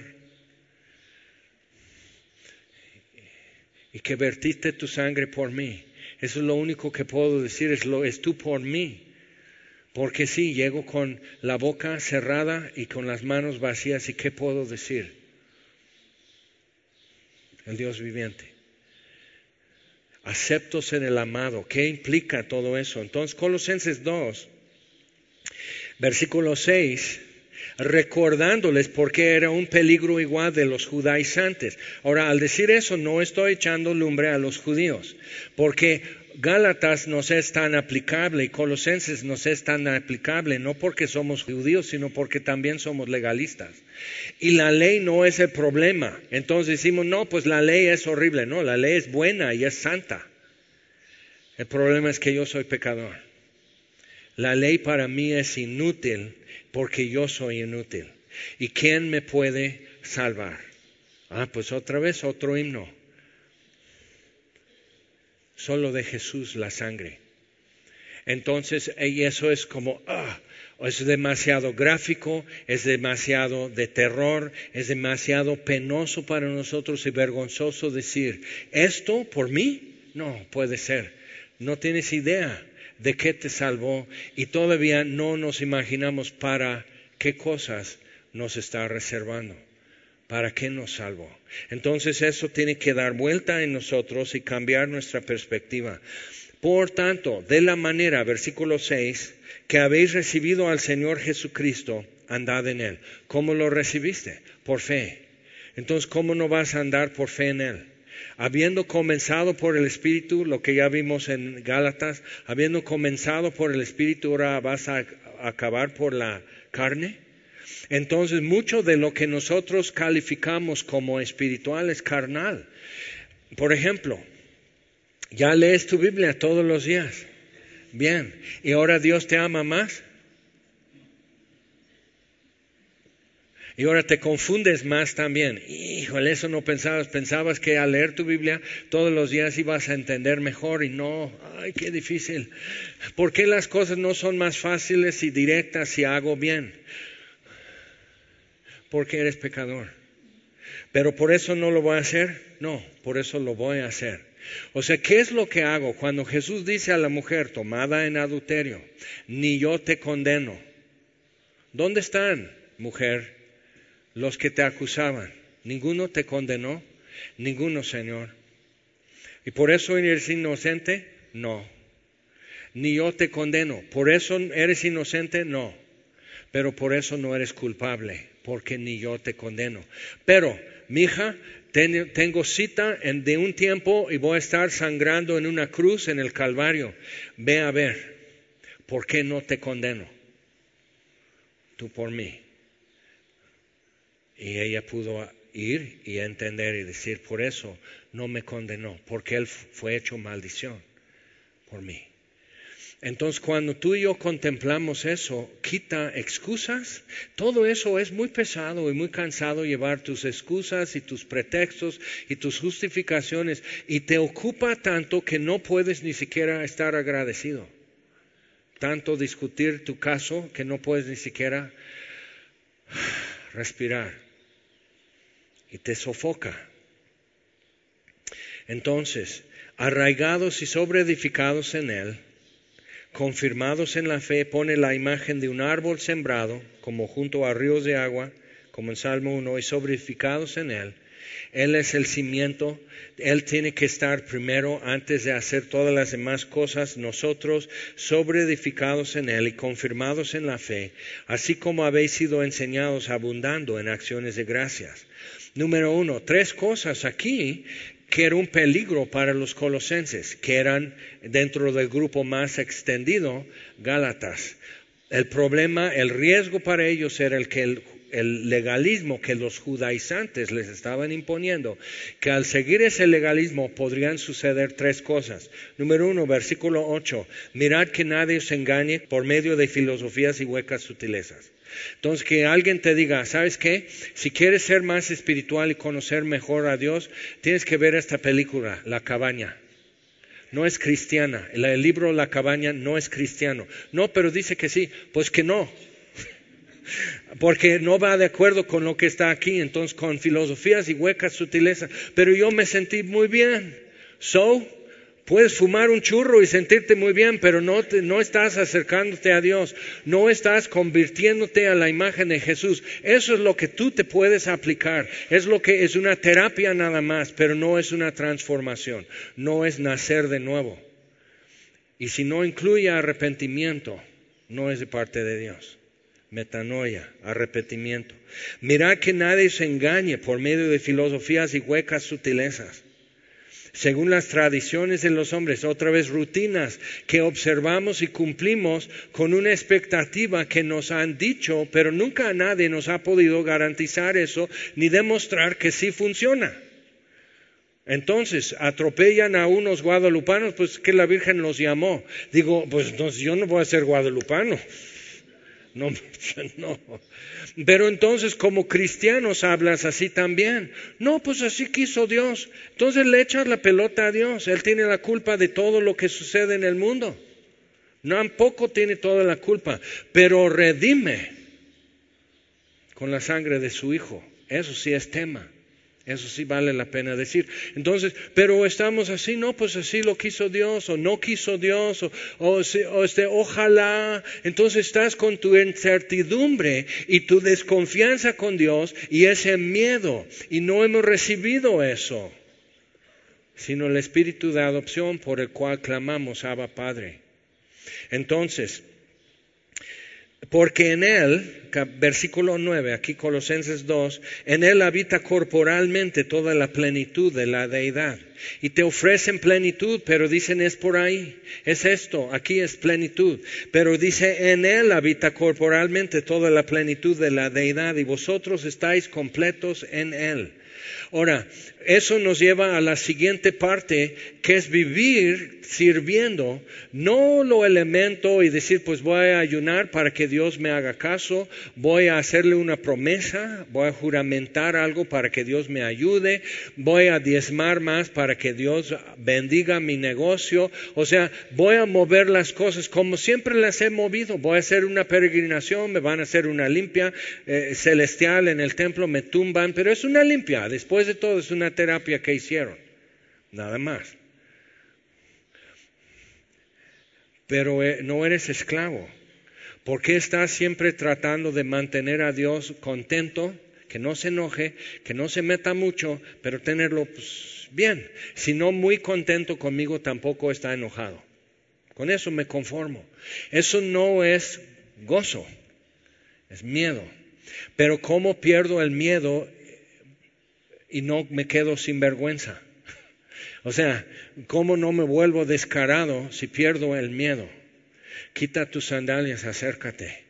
y que vertiste tu sangre por mí. Eso es lo único que puedo decir, es tú por mí. Porque sí, llego con la boca cerrada y con las manos vacías. ¿Y qué puedo decir? El Dios viviente. Aceptos en el amado. ¿Qué implica todo eso? Entonces, Colosenses 2, versículo 6, recordándoles porque era un peligro igual de los judaizantes. Ahora, al decir eso, no estoy echando lumbre a los judíos, porque Gálatas nos es tan aplicable y Colosenses nos es tan aplicable, no porque somos judíos, sino porque también somos legalistas. Y la ley no es el problema. Entonces decimos, no, pues la ley es horrible. No, la ley es buena y es santa. El problema es que yo soy pecador. La ley para mí es inútil porque yo soy inútil. ¿Y quién me puede salvar? Pues otra vez otro himno. Solo de Jesús la sangre. Entonces, y eso es como, es demasiado gráfico, es demasiado de terror, es demasiado penoso para nosotros y vergonzoso decir, ¿esto por mí? No, puede ser. No tienes idea de qué te salvó y todavía no nos imaginamos para qué cosas nos está reservando. ¿Para qué nos salvó? Entonces eso tiene que dar vuelta en nosotros y cambiar nuestra perspectiva. Por tanto, de la manera, versículo 6, que habéis recibido al Señor Jesucristo, andad en Él. ¿Cómo lo recibiste? Por fe. Entonces, ¿cómo no vas a andar por fe en Él? Habiendo comenzado por el Espíritu, lo que ya vimos en Gálatas, habiendo comenzado por el Espíritu, ahora vas a acabar por la carne. Entonces, mucho de lo que nosotros calificamos como espiritual es carnal. Por ejemplo, ya lees tu Biblia todos los días. Bien. ¿Y ahora Dios te ama más? Y ahora te confundes más también. Híjole, eso no pensabas. Pensabas que al leer tu Biblia todos los días ibas a entender mejor y no. Ay, qué difícil. ¿Por qué las cosas no son más fáciles y directas si hago bien? Porque eres pecador. ¿Pero por eso no lo voy a hacer? No, por eso lo voy a hacer. O sea, ¿qué es lo que hago? Cuando Jesús dice a la mujer tomada en adulterio, ni yo te condeno. ¿Dónde están, mujer, los que te acusaban? ¿Ninguno te condenó? Ninguno, Señor. ¿Y por eso eres inocente? No. Ni yo te condeno. ¿Por eso eres inocente? No. Pero por eso no eres culpable, porque ni yo te condeno. Pero, mija, tengo cita de un tiempo y voy a estar sangrando en una cruz en el Calvario. Ve a ver, ¿por qué no te condeno? Tú por mí. Y ella pudo ir y entender y decir, por eso no me condenó, porque Él fue hecho maldición por mí. Entonces, cuando tú y yo contemplamos eso, quita excusas. Todo eso es muy pesado y muy cansado, llevar tus excusas y tus pretextos y tus justificaciones, y te ocupa tanto que no puedes ni siquiera estar agradecido. Tanto discutir tu caso que no puedes ni siquiera respirar. Y te sofoca. Entonces, arraigados y sobreedificados en Él, confirmados en la fe, pone la imagen de un árbol sembrado, como junto a ríos de agua, como en Salmo 1, y sobreedificados en Él. Él es el cimiento, Él tiene que estar primero antes de hacer todas las demás cosas. Nosotros sobreedificados en Él y confirmados en la fe, así como habéis sido enseñados, abundando en acciones de gracias. Número 1, 3 cosas aquí que era un peligro para los colosenses, que eran dentro del grupo más extendido, Gálatas. El problema, el riesgo para ellos era el legalismo que los judaizantes les estaban imponiendo, que al seguir ese legalismo podrían suceder 3 cosas. Número 1, versículo 8, mirad que nadie os engañe por medio de filosofías y huecas sutilezas. Entonces, que alguien te diga, ¿sabes qué? Si quieres ser más espiritual y conocer mejor a Dios, tienes que ver esta película, La Cabaña. No es cristiana. El libro La Cabaña no es cristiano. No, pero dice que sí. Pues que no. Porque no va de acuerdo con lo que está aquí. Entonces, con filosofías y huecas sutilezas. Pero yo me sentí muy bien. Puedes fumar un churro y sentirte muy bien, pero no estás acercándote a Dios, no estás convirtiéndote a la imagen de Jesús. Eso es lo que tú te puedes aplicar. Es lo que es una terapia nada más, pero no es una transformación, no es nacer de nuevo. Y si no incluye arrepentimiento, no es de parte de Dios. Metanoia, arrepentimiento. Mirad que nadie se engañe por medio de filosofías y huecas sutilezas, según las tradiciones de los hombres, otra vez rutinas que observamos y cumplimos con una expectativa que nos han dicho, pero nunca a nadie nos ha podido garantizar eso ni demostrar que sí funciona. Entonces, atropellan a unos guadalupanos, pues que la Virgen los llamó. Digo, pues entonces yo no voy a ser guadalupano. No. Pero entonces como cristianos hablas así también. No, pues así quiso Dios. Entonces le echas la pelota a Dios. Él tiene la culpa de todo lo que sucede en el mundo. Tampoco tiene toda la culpa, pero redime con la sangre de su Hijo. Eso sí es tema. Eso sí vale la pena decir. Entonces, pero estamos así, no, pues así lo quiso Dios, o no quiso Dios, ojalá. Entonces estás con tu incertidumbre y tu desconfianza con Dios y ese miedo. Y no hemos recibido eso, sino el espíritu de adopción por el cual clamamos, Abba Padre. Entonces, porque en Él, versículo 9, aquí Colosenses 2, en Él habita corporalmente toda la plenitud de la deidad. Y te ofrecen plenitud, pero dicen es por ahí, es esto, aquí es plenitud. Pero dice, en Él habita corporalmente toda la plenitud de la deidad y vosotros estáis completos en Él. Ahora, eso nos lleva a la siguiente parte, que es vivir sirviendo, no lo elemento y decir, pues voy a ayunar para que Dios me haga caso, voy a hacerle una promesa, voy a juramentar algo para que Dios me ayude, voy a diezmar más para que Dios bendiga mi negocio, o sea, voy a mover las cosas como siempre las he movido, voy a hacer una peregrinación, me van a hacer una limpia celestial en el templo, me tumban, pero es una limpia, después de todo es una terapia que hicieron, nada más. Pero no eres esclavo. ¿Por qué estás siempre tratando de mantener a Dios contento? Que no se enoje, que no se meta mucho, pero tenerlo pues, bien. Si no muy contento conmigo, tampoco está enojado. Con eso me conformo. Eso no es gozo, es miedo. Pero ¿cómo pierdo el miedo y no me quedo sin vergüenza? O sea, ¿cómo no me vuelvo descarado si pierdo el miedo? Quita tus sandalias, acércate.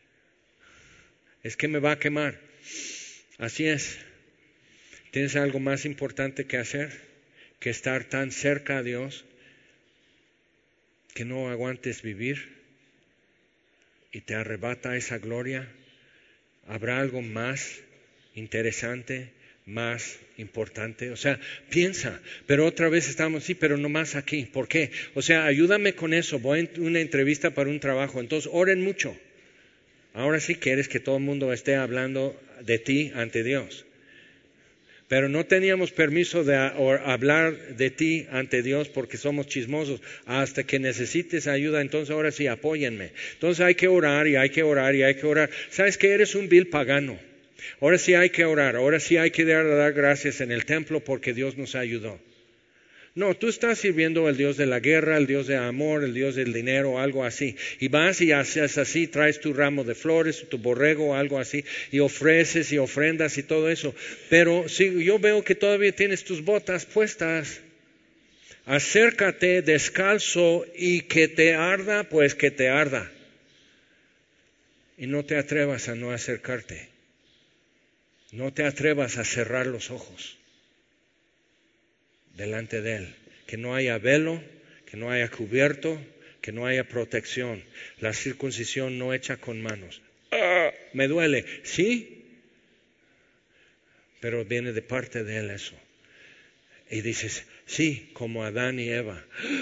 Es que me va a quemar. Así es. ¿Tienes algo más importante que hacer que estar tan cerca a Dios que no aguantes vivir y te arrebata esa gloria? ¿Habrá algo más interesante, más importante? O sea, piensa, pero otra vez estamos, sí, pero no más aquí. ¿Por qué? O sea, ayúdame con eso. Voy a una entrevista para un trabajo, entonces oren mucho. Ahora sí quieres que todo el mundo esté hablando de ti ante Dios. Pero no teníamos permiso de hablar de ti ante Dios porque somos chismosos. Hasta que necesites ayuda, entonces ahora sí, apóyenme. Entonces hay que orar y hay que orar y hay que orar. ¿Sabes que eres un vil pagano? Ahora sí hay que orar, ahora sí hay que dar gracias en el templo porque Dios nos ayudó. No, tú estás sirviendo al Dios de la guerra, al Dios del amor, el Dios del dinero, algo así. Y vas y haces así, traes tu ramo de flores, tu borrego, algo así, y ofreces y ofrendas y todo eso. Pero si yo veo que todavía tienes tus botas puestas, acércate descalzo y que te arda, pues que te arda. Y no te atrevas a no acercarte. No te atrevas a cerrar los ojos delante de Él. Que no haya velo, que no haya cubierto, que no haya protección. La circuncisión no hecha con manos. Me duele, sí, pero viene de parte de Él eso. Y dices, sí, como Adán y Eva.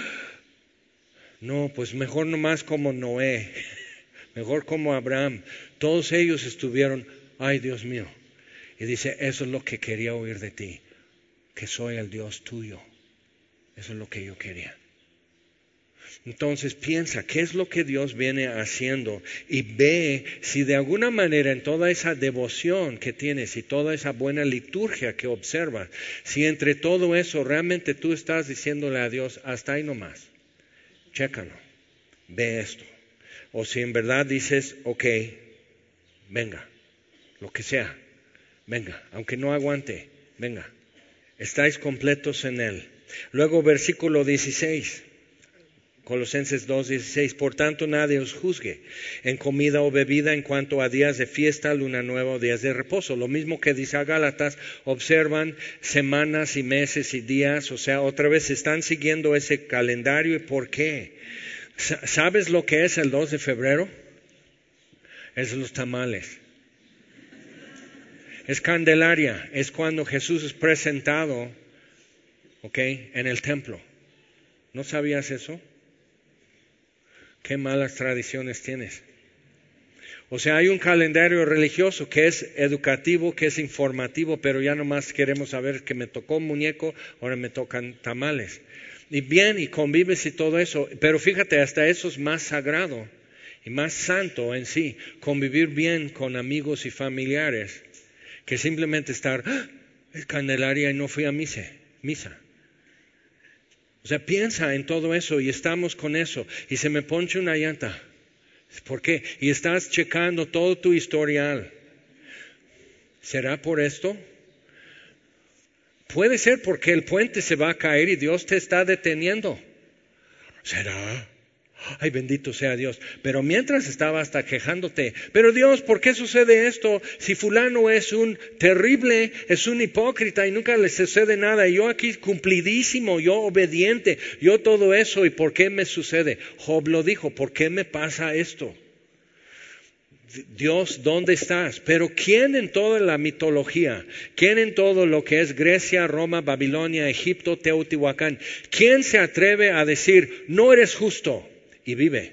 No, pues mejor nomás como Noé, mejor como Abraham. Todos ellos estuvieron, ay Dios mío. Y dice, eso es lo que quería oír de ti, que soy el Dios tuyo. Eso es lo que yo quería. Entonces piensa, ¿qué es lo que Dios viene haciendo? Y ve si de alguna manera en toda esa devoción que tienes y toda esa buena liturgia que observas, si entre todo eso realmente tú estás diciéndole a Dios, hasta ahí nomás, chécalo, ve esto. O si en verdad dices, ok, venga, lo que sea. Venga, aunque no aguante, venga. Estáis completos en Él. Luego versículo 16, Colosenses 2:16. Por tanto nadie os juzgue en comida o bebida en cuanto a días de fiesta, luna nueva o días de reposo. Lo mismo que dice a Gálatas, observan semanas y meses y días. O sea, otra vez están siguiendo ese calendario. ¿Y por qué? ¿Sabes lo que es el 2 de febrero? Es los tamales. Es Candelaria, es cuando Jesús es presentado, en el templo. ¿No sabías eso? ¿Qué malas tradiciones tienes? O sea, hay un calendario religioso que es educativo, que es informativo, pero ya nomás queremos saber que me tocó un muñeco, ahora me tocan tamales. Y bien, y convives y todo eso, pero fíjate, hasta eso es más sagrado y más santo en sí, convivir bien con amigos y familiares, que simplemente estar, es Candelaria y no fui a misa. O sea, piensa en todo eso y estamos con eso y se me ponche una llanta. ¿Por qué? Y estás checando todo tu historial. ¿Será por esto? Puede ser porque el puente se va a caer y Dios te está deteniendo. ¿Será? Ay, bendito sea Dios. Pero mientras estaba hasta quejándote, pero Dios, ¿por qué sucede esto? Si fulano es un terrible, es un hipócrita y nunca le sucede nada. Y yo aquí cumplidísimo, yo obediente, yo todo eso. ¿Y por qué me sucede? Job lo dijo, ¿por qué me pasa esto? Dios, ¿dónde estás? Pero ¿quién en toda la mitología, quién en todo lo que es Grecia, Roma, Babilonia, Egipto, Teotihuacán, quién se atreve a decir, no eres justo y vive?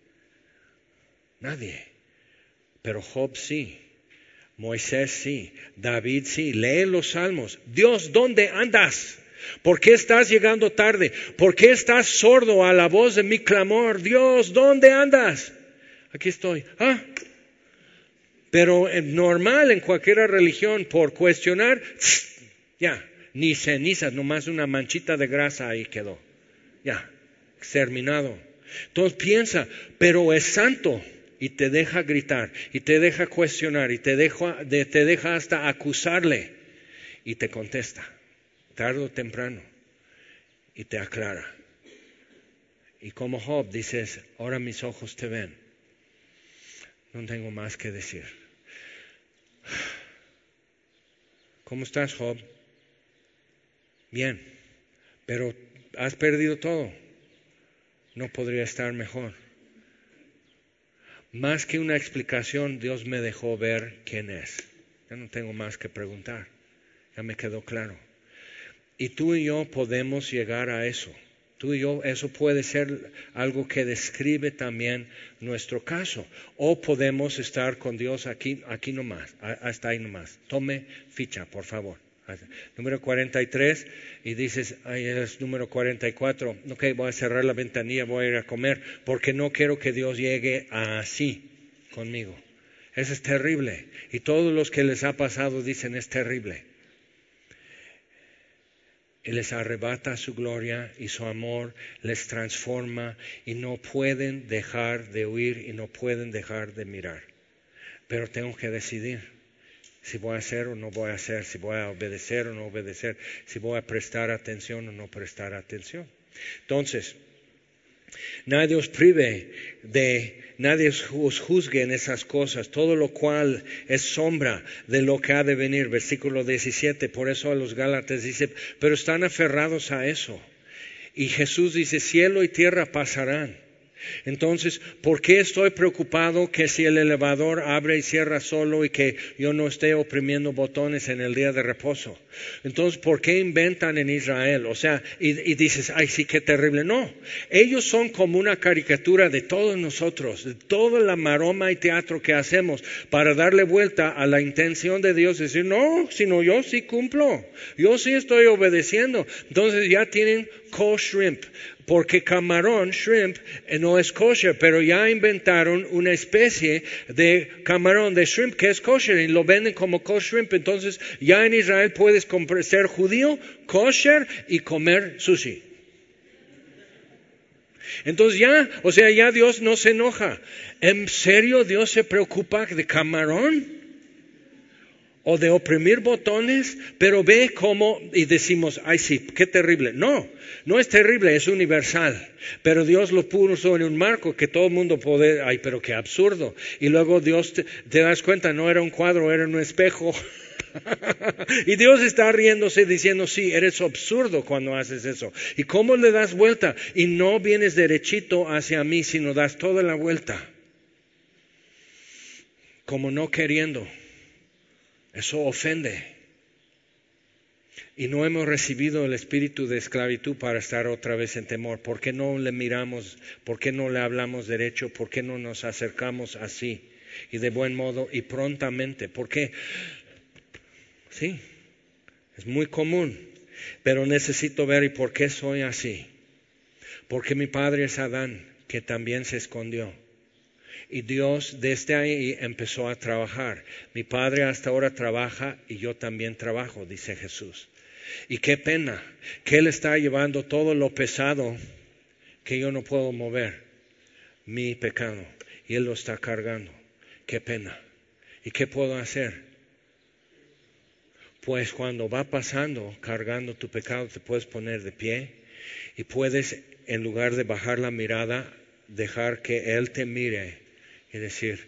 Nadie. Pero Job sí, Moisés sí, David sí. Lee los salmos. Dios, ¿dónde andas? ¿Por qué estás llegando tarde? ¿Por qué estás sordo a la voz de mi clamor? Dios, ¿dónde andas? Aquí estoy. Pero normal en cualquier religión, por cuestionar, ya, ni cenizas, nomás una manchita de grasa ahí quedó. Ya, exterminado. Entonces piensa, pero es santo y te deja gritar y te deja cuestionar y te deja hasta acusarle y te contesta, tarde o temprano, y te aclara. Y como Job dices, ahora mis ojos te ven. No tengo más que decir. ¿Cómo estás, Job? Bien, pero has perdido todo. No podría estar mejor. Más que una explicación, Dios me dejó ver quién es. Ya no tengo más que preguntar. Ya me quedó claro. Y tú y yo podemos llegar a eso. Tú y yo, eso puede ser algo que describe también nuestro caso. O podemos estar con Dios aquí nomás, hasta ahí nomás. Tome ficha, por favor. Número 43, y dices, ay, es número 44. Ok, voy a cerrar la ventanilla, voy a ir a comer, porque no quiero que Dios llegue así conmigo. Eso es terrible. Y todos los que les ha pasado dicen, es terrible. Y les arrebata su gloria y su amor, les transforma y no pueden dejar de huir y no pueden dejar de mirar. Pero tengo que decidir si voy a hacer o no voy a hacer, si voy a obedecer o no obedecer, si voy a prestar atención o no prestar atención. Entonces, nadie os prive nadie os juzgue en esas cosas, todo lo cual es sombra de lo que ha de venir. Versículo 17, por eso a los Gálatas dice, pero están aferrados a eso. Y Jesús dice, cielo y tierra pasarán. Entonces, ¿por qué estoy preocupado que si el elevador abre y cierra solo y que yo no esté oprimiendo botones en el día de reposo? Entonces, ¿por qué inventan en Israel? O sea, y dices, ay, sí, qué terrible. No, ellos son como una caricatura de todos nosotros, de toda la maroma y teatro que hacemos para darle vuelta a la intención de Dios. Decir, no, sino yo sí cumplo, yo sí estoy obedeciendo. Entonces ya tienen co-shrimp. Porque camarón, shrimp, no es kosher, pero ya inventaron una especie de camarón, de shrimp que es kosher y lo venden como kosher shrimp. Entonces ya en Israel puedes ser judío, kosher y comer sushi. Entonces ya, o sea, ya Dios no se enoja. ¿En serio Dios se preocupa de camarón? O de oprimir botones, pero ve cómo, y decimos, ay sí, qué terrible. No, no es terrible, es universal. Pero Dios lo puso en un marco que todo el mundo puede, ay, pero qué absurdo. Y luego Dios, te das cuenta, no era un cuadro, era un espejo. Y Dios está riéndose diciendo, sí, eres absurdo cuando haces eso. ¿Y cómo le das vuelta? Y no vienes derechito hacia mí, sino das toda la vuelta. Como no queriendo. Eso ofende. Y no hemos recibido el espíritu de esclavitud para estar otra vez en temor. ¿Por qué no le miramos? ¿Por qué no le hablamos derecho? ¿Por qué no nos acercamos así? Y de buen modo y prontamente. ¿Por qué? Sí, es muy común. Pero necesito ver, ¿y por qué soy así? Porque mi padre es Adán, que también se escondió. Y Dios desde ahí empezó a trabajar. Mi padre hasta ahora trabaja y yo también trabajo, dice Jesús. Y qué pena que Él está llevando todo lo pesado que yo no puedo mover, mi pecado. Y Él lo está cargando. Qué pena. ¿Y qué puedo hacer? Pues cuando va pasando, cargando tu pecado, te puedes poner de pie y puedes, en lugar de bajar la mirada, dejar que Él te mire y decir,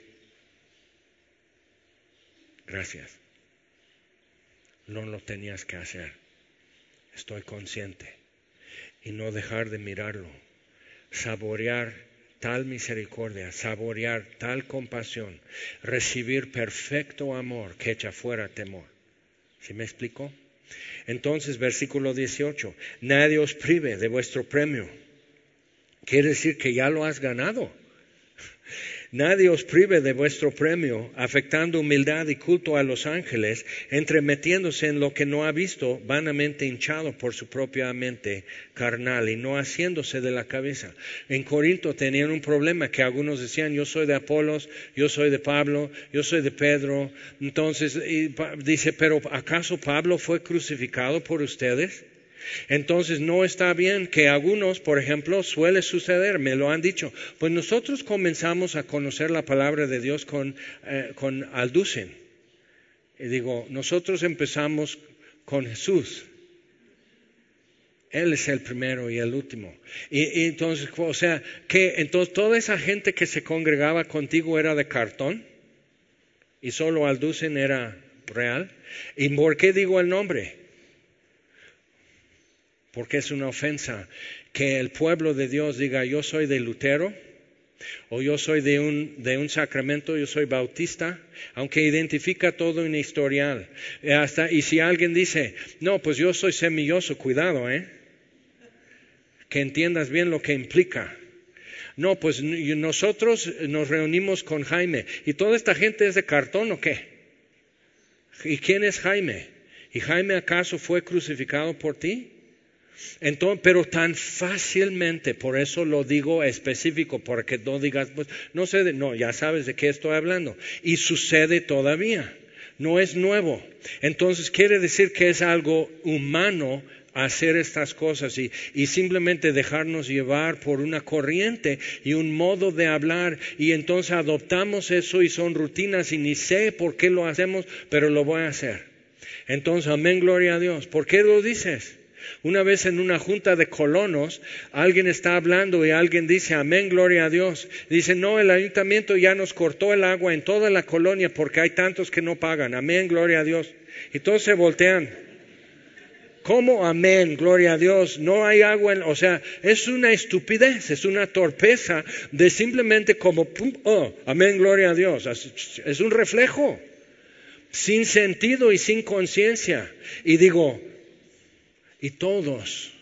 gracias, no lo tenías que hacer, estoy consciente. Y no dejar de mirarlo, saborear tal misericordia, saborear tal compasión, recibir perfecto amor que echa fuera temor. ¿Sí me explico? Entonces, versículo 18, nadie os prive de vuestro premio. Quiere decir que ya lo has ganado. Nadie os prive de vuestro premio, afectando humildad y culto a los ángeles, entremetiéndose en lo que no ha visto, vanamente hinchado por su propia mente carnal y no haciéndose de la cabeza. En Corinto tenían un problema que algunos decían, yo soy de Apolos, yo soy de Pablo, yo soy de Pedro. Entonces dice, pero ¿acaso Pablo fue crucificado por ustedes? Entonces no está bien que algunos, por ejemplo, suele suceder, me lo han dicho, pues nosotros comenzamos a conocer la palabra de Dios con Alducin. Y digo, nosotros empezamos con Jesús. Él es el primero y el último. Y entonces, o sea, que entonces toda esa gente que se congregaba contigo era de cartón y solo Alducin era real. ¿Y por qué digo el nombre? Porque es una ofensa que el pueblo de Dios diga, yo soy de Lutero, o yo soy de un sacramento, yo soy bautista, aunque identifica todo un historial. Y si alguien dice, no, pues yo soy semilloso, cuidado, que entiendas bien lo que implica. No, pues nosotros nos reunimos con Jaime, ¿y toda esta gente es de cartón o qué? ¿Y quién es Jaime? ¿Y Jaime acaso fue crucificado por ti? Entonces, pero tan fácilmente, por eso lo digo específico, porque no digas, pues, no sé, no, ya sabes de qué estoy hablando. Y sucede todavía, no es nuevo. Entonces quiere decir que es algo humano hacer estas cosas y simplemente dejarnos llevar por una corriente y un modo de hablar, y entonces adoptamos eso y son rutinas y ni sé por qué lo hacemos, pero lo voy a hacer. Entonces, amén, gloria a Dios. ¿Por qué lo dices? Una vez en una junta de colonos, alguien está hablando y alguien dice, amén, gloria a Dios. Dice, no, el ayuntamiento ya nos cortó el agua en toda la colonia porque hay tantos que no pagan. Amén, gloria a Dios. Y todos se voltean. ¿Cómo amén, gloria a Dios? No hay agua, o sea, es una estupidez, es una torpeza de simplemente como, amén, gloria a Dios. Es un reflejo, sin sentido y sin conciencia. Y digo, y todos,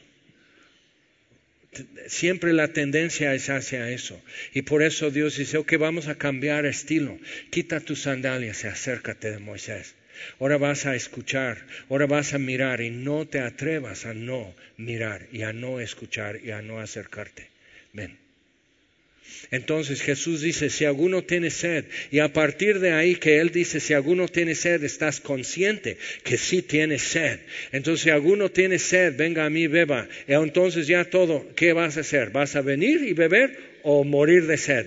siempre la tendencia es hacia eso. Y por eso Dios dice, ok, vamos a cambiar estilo. Quita tus sandalias y acércate de Moisés. Ahora vas a escuchar, ahora vas a mirar y no te atrevas a no mirar y a no escuchar y a no acercarte. Ven. Entonces Jesús dice, si alguno tiene sed, y a partir de ahí que Él dice, si alguno tiene sed, estás consciente que sí tiene sed. Entonces, si alguno tiene sed, venga a mí, beba. Y entonces ya todo, ¿qué vas a hacer? ¿Vas a venir y beber o morir de sed?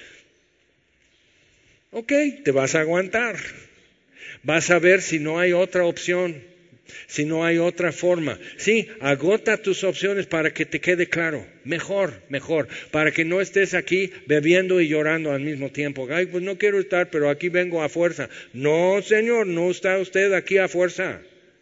Ok, te vas a aguantar. Vas a ver si no hay otra opción, si no hay otra forma. Sí, agota tus opciones para que te quede claro. Mejor, para que no estés aquí bebiendo y llorando al mismo tiempo. Ay, pues no quiero estar, pero aquí vengo a fuerza. No, Señor, no está usted aquí a fuerza.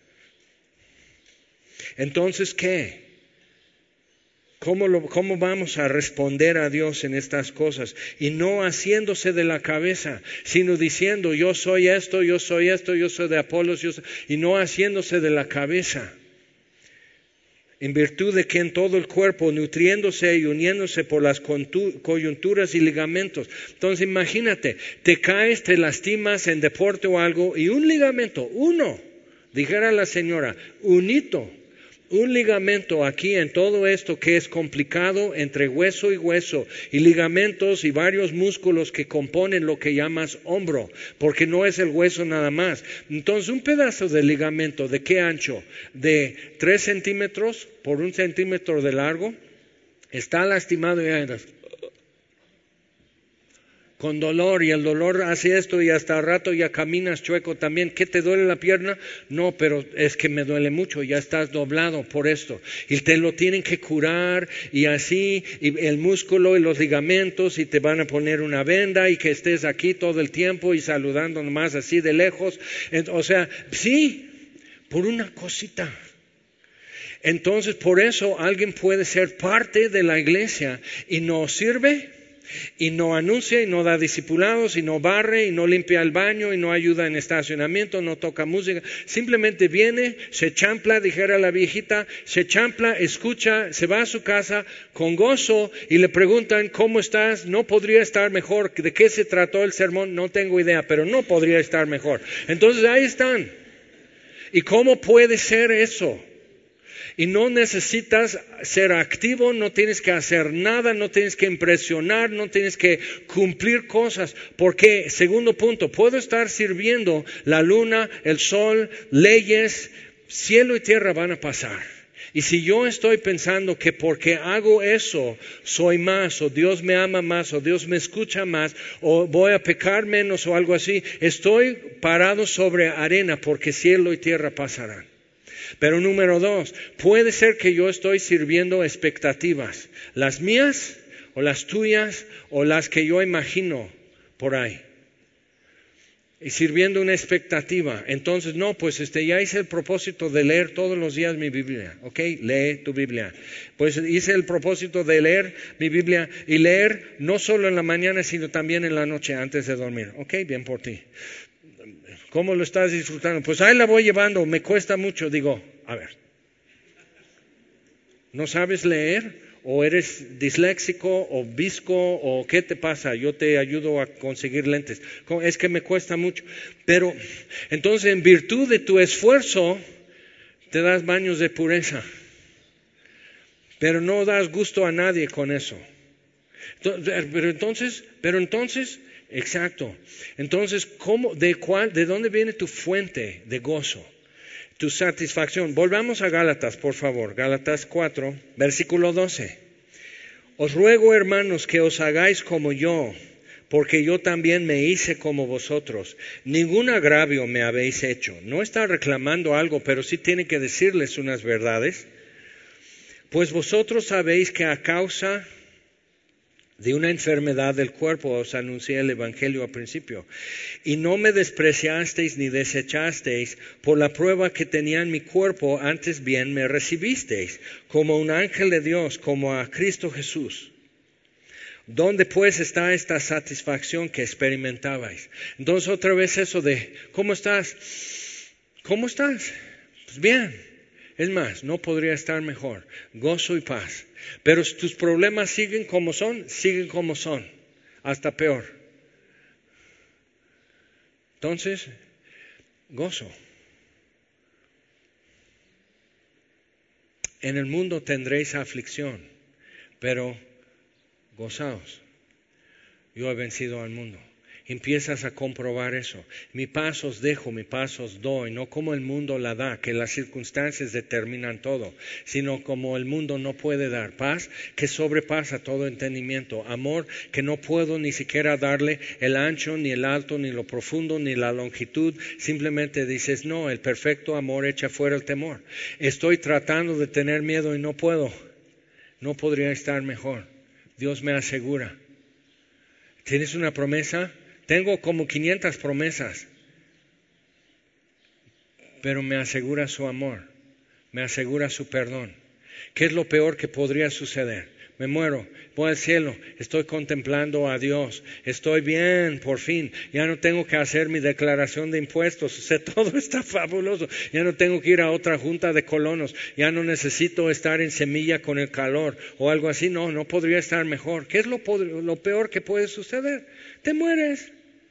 Entonces, ¿qué? ¿Cómo vamos a responder a Dios en estas cosas? Y no haciéndose de la cabeza, sino diciendo, yo soy esto, yo soy de Apolos, y no haciéndose de la cabeza. En virtud de que en todo el cuerpo, nutriéndose y uniéndose por las coyunturas y ligamentos. Entonces imagínate, te caes, te lastimas en deporte o algo, y un ligamento, dijera la señora, un ligamento aquí en todo esto que es complicado entre hueso y hueso y ligamentos y varios músculos que componen lo que llamas hombro, porque no es el hueso nada más. Entonces un pedazo de ligamento, ¿de qué ancho? De 3 centímetros por 1 centímetro de largo, está lastimado y andas. con dolor, y el dolor hace esto y hasta el rato ya caminas chueco también. ¿Qué te duele la pierna? No, pero es que me duele mucho, ya estás doblado por esto. Y te lo tienen que curar y así, y el músculo y los ligamentos, y te van a poner una venda y que estés aquí todo el tiempo y saludando nomás así de lejos. O sea, sí, por una cosita. Entonces, por eso alguien puede ser parte de la iglesia y no sirve, y no anuncia, y no da discipulados, y no barre, y no limpia el baño, y no ayuda en estacionamiento, no toca música. Simplemente viene, se champla, dijera la viejita, se champla, escucha, se va a su casa con gozo y le preguntan, ¿cómo estás? No podría estar mejor. ¿De qué se trató el sermón? No tengo idea, pero no podría estar mejor. Entonces ahí están. ¿Y cómo puede ser eso? Y no necesitas ser activo, no tienes que hacer nada, no tienes que impresionar, no tienes que cumplir cosas. Porque, segundo punto, puedo estar sirviendo la luna, el sol, leyes, cielo y tierra van a pasar. Y si yo estoy pensando que porque hago eso soy más, o Dios me ama más, o Dios me escucha más, o voy a pecar menos o algo así, estoy parado sobre arena porque cielo y tierra pasarán. Pero número 2, puede ser que yo estoy sirviendo expectativas, las mías o las tuyas o las que yo imagino por ahí. Y sirviendo una expectativa. Entonces, no, pues ya hice el propósito de leer todos los días mi Biblia. ¿Ok? Lee tu Biblia. Pues hice el propósito de leer mi Biblia y leer no solo en la mañana, sino también en la noche antes de dormir. ¿Ok? Bien por ti. ¿Cómo lo estás disfrutando? Pues ahí la voy llevando, me cuesta mucho. Digo, a ver, ¿no sabes leer? ¿O eres disléxico o visco? ¿O qué te pasa? Yo te ayudo a conseguir lentes. Es que me cuesta mucho. Pero entonces, en virtud de tu esfuerzo, te das baños de pureza. Pero no das gusto a nadie con eso. Pero entonces, exacto. Entonces, ¿de dónde viene tu fuente de gozo? Tu satisfacción. Volvamos a Gálatas, por favor. Gálatas 4, versículo 12. Os ruego, hermanos, que os hagáis como yo, porque yo también me hice como vosotros. Ningún agravio me habéis hecho. No está reclamando algo, pero sí tiene que decirles unas verdades. Pues vosotros sabéis que a causa de una enfermedad del cuerpo os anuncié el Evangelio al principio. Y no me despreciasteis ni desechasteis por la prueba que tenía en mi cuerpo, antes bien me recibisteis como un ángel de Dios, como a Cristo Jesús. ¿Dónde pues está esta satisfacción que experimentabais? Entonces otra vez eso de, ¿cómo estás? ¿Cómo estás? Pues bien. Es más, no podría estar mejor. Gozo y paz. Pero tus problemas siguen como son, hasta peor. Entonces, gozo. En el mundo tendréis aflicción, pero gozaos. Yo he vencido al mundo. Empiezas a comprobar eso. Mi paz os dejo, mi paz os doy, no como el mundo la da, que las circunstancias determinan todo, sino como el mundo no puede dar. Paz que sobrepasa todo entendimiento, amor que no puedo ni siquiera darle el ancho, ni el alto, ni lo profundo, ni la longitud. Simplemente dices, no, el perfecto amor echa fuera el temor. Estoy tratando de tener miedo y no puedo. No podría estar mejor. Dios me asegura. ¿Tienes una promesa? Tengo como 500 promesas, pero me asegura su amor, me asegura su perdón. ¿Qué es lo peor que podría suceder? Me muero, voy al cielo, estoy contemplando a Dios, estoy bien, por fin, ya no tengo que hacer mi declaración de impuestos, o sea, todo está fabuloso, ya no tengo que ir a otra junta de colonos, ya no necesito estar en semilla con el calor o algo así, no podría estar mejor. ¿Qué es lo peor que puede suceder? Te mueres.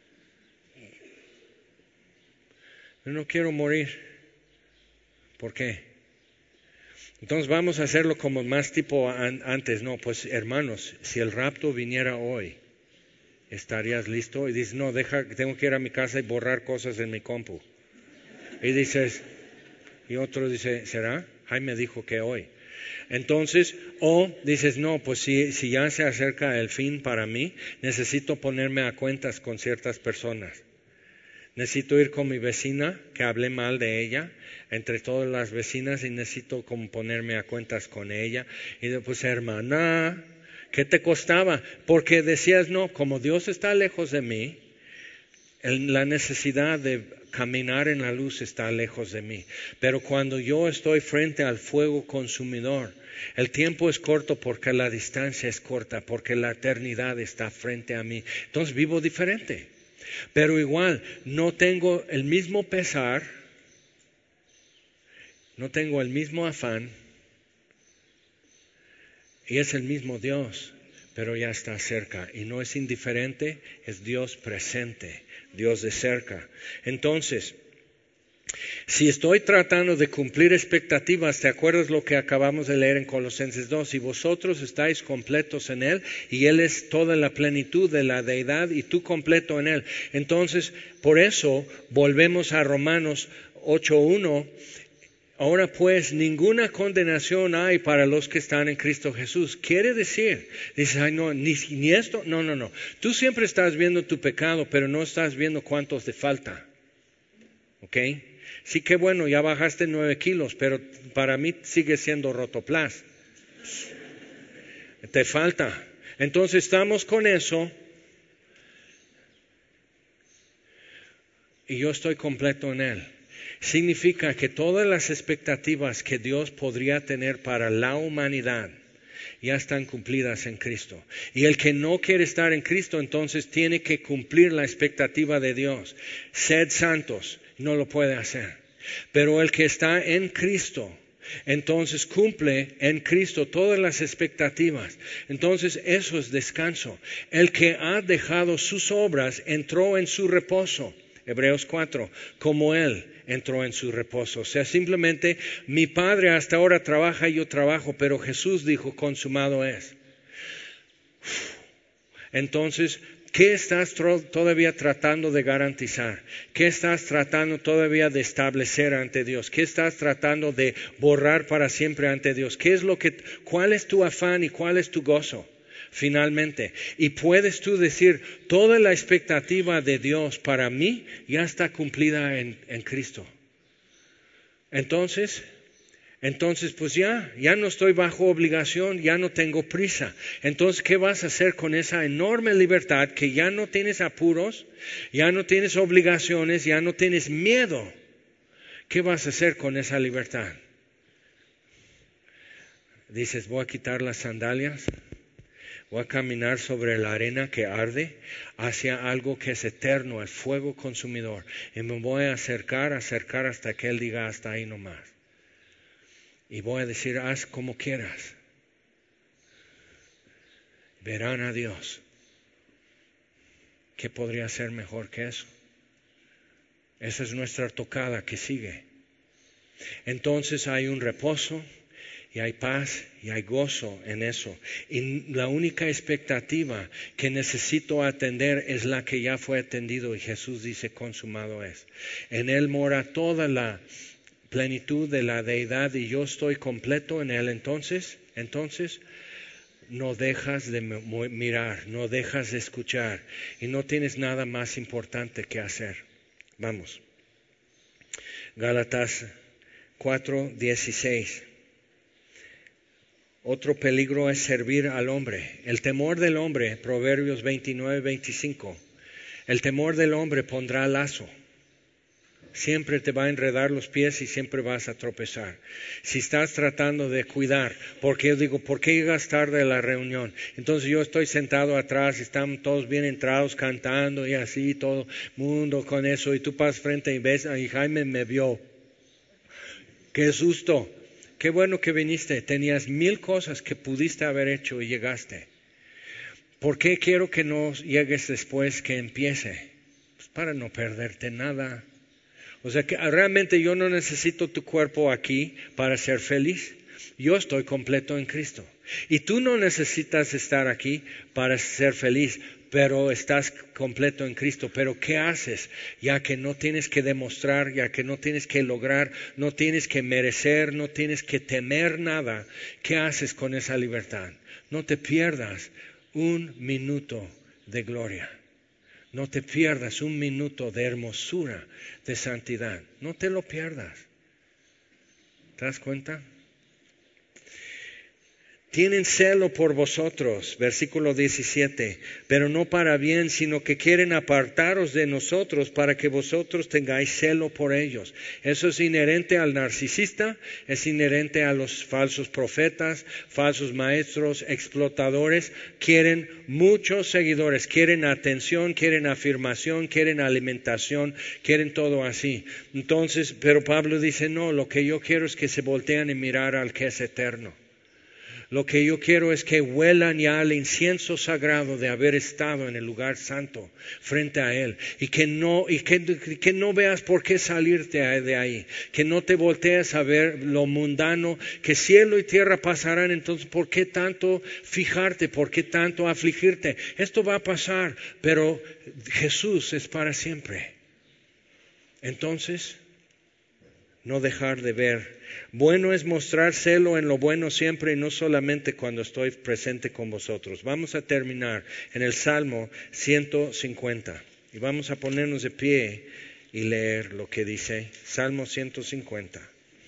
Yo no quiero morir. ¿Por qué? Entonces vamos a hacerlo como más tipo antes. No, pues hermanos, si el rapto viniera hoy, ¿estarías listo? Y dices, no, tengo que ir a mi casa y borrar cosas en mi compu. Y otro dice, ¿será? Jaime dijo que hoy. Entonces, o dices, no, pues si ya se acerca el fin para mí, necesito ponerme a cuentas con ciertas personas. Necesito ir con mi vecina, que hablé mal de ella, entre todas las vecinas, y necesito como ponerme a cuentas con ella. Y después, hermana, ¿qué te costaba? Porque decías, no, como Dios está lejos de mí, la necesidad de caminar en la luz está lejos de mí. Pero cuando yo estoy frente al fuego consumidor, el tiempo es corto porque la distancia es corta, porque la eternidad está frente a mí. Entonces vivo diferente. Pero igual, no tengo el mismo pesar, no tengo el mismo afán, y es el mismo Dios, pero ya está cerca. Y no es indiferente, es Dios presente, Dios de cerca. Entonces, si estoy tratando de cumplir expectativas, ¿te acuerdas lo que acabamos de leer en Colosenses 2? Si vosotros estáis completos en Él, y Él es toda la plenitud de la deidad, y tú completo en Él. Entonces, por eso, volvemos a Romanos 8:1. Ahora pues, ninguna condenación hay para los que están en Cristo Jesús. Quiere decir, dices, ay no, ni esto, no. Tú siempre estás viendo tu pecado, pero no estás viendo cuánto te falta. ¿Ok? Sí, que bueno, ya bajaste 9 kilos, pero para mí sigue siendo rotoplas. Te falta. Entonces estamos con eso. Y yo estoy completo en Él. Significa que todas las expectativas que Dios podría tener para la humanidad ya están cumplidas en Cristo. Y el que no quiere estar en Cristo, entonces tiene que cumplir la expectativa de Dios. Sed santos. No lo puede hacer. Pero el que está en Cristo, entonces cumple en Cristo todas las expectativas. Entonces eso es descanso. El que ha dejado sus obras entró en su reposo. Hebreos 4, como Él entró en su reposo. O sea, simplemente mi Padre hasta ahora trabaja y yo trabajo, pero Jesús dijo, consumado es. Entonces, ¿qué estás todavía tratando de garantizar? ¿Qué estás tratando todavía de establecer ante Dios? ¿Qué estás tratando de borrar para siempre ante Dios? ¿Cuál es tu afán y cuál es tu gozo? Finalmente, y puedes tú decir, toda la expectativa de Dios para mí ya está cumplida en Cristo. Entonces pues ya no estoy bajo obligación, ya no tengo prisa. Entonces, ¿qué vas a hacer con esa enorme libertad que ya no tienes apuros, ya no tienes obligaciones, ya no tienes miedo? ¿Qué vas a hacer con esa libertad? Dices, voy a quitar las sandalias, voy a caminar sobre la arena que arde hacia algo que es eterno, el fuego consumidor. Y me voy a acercar hasta que Él diga, hasta ahí nomás. Y voy a decir, haz como quieras. Verán a Dios. ¿Qué podría ser mejor que eso? Esa es nuestra tocada que sigue. Entonces hay un reposo y hay paz y hay gozo en eso. Y la única expectativa que necesito atender es la que ya fue atendido. Y Jesús dice, consumado es. En Él mora toda la plenitud de la deidad y yo estoy completo en Él. Entonces no dejas de mirar, no dejas de escuchar y no tienes nada más importante que hacer. Vamos. Gálatas 4:16. Otro peligro es servir al hombre. El temor del hombre, Proverbios 29:25. El temor del hombre pondrá lazo. Siempre te va a enredar los pies y siempre vas a tropezar. Si estás tratando de cuidar, porque yo digo, ¿por qué llegas tarde a la reunión? Entonces yo estoy sentado atrás, están todos bien entrados cantando y así, todo mundo con eso, y tú pasas frente y ves, y Jaime me vio. ¡Qué susto! Qué bueno que viniste, tenías 1000 cosas que pudiste haber hecho y llegaste. ¿Por qué quiero que no llegues después que empiece? Pues para no perderte nada. O sea que realmente yo no necesito tu cuerpo aquí para ser feliz. Yo estoy completo en Cristo. Y tú no necesitas estar aquí para ser feliz. pero estás completo en Cristo. Pero ¿qué haces? Ya que no tienes que demostrar, ya que no tienes que lograr, no tienes que merecer, no tienes que temer nada. ¿Qué haces con esa libertad? No te pierdas un minuto de gloria. No te pierdas un minuto de hermosura, de santidad. No te lo pierdas. ¿Te das cuenta? Tienen celo por vosotros, versículo 17, pero no para bien, sino que quieren apartaros de nosotros para que vosotros tengáis celo por ellos. Eso es inherente al narcisista, es inherente a los falsos profetas, falsos maestros, explotadores. Quieren muchos seguidores, quieren atención, quieren afirmación, quieren alimentación, quieren todo así. Entonces, pero Pablo dice, no, lo que yo quiero es que se voltean y mirar al que es eterno. Lo que yo quiero es que huelan ya al incienso sagrado de haber estado en el lugar santo frente a Él. Y que no veas por qué salirte de ahí. Que no te voltees a ver lo mundano, que cielo y tierra pasarán. Entonces, ¿por qué tanto fijarte? ¿Por qué tanto afligirte? Esto va a pasar, pero Jesús es para siempre. Entonces, no dejar de ver. Bueno es mostrar celo en lo bueno siempre y no solamente cuando estoy presente con vosotros. Vamos a terminar en el Salmo 150 y vamos a ponernos de pie y leer lo que dice Salmo 150.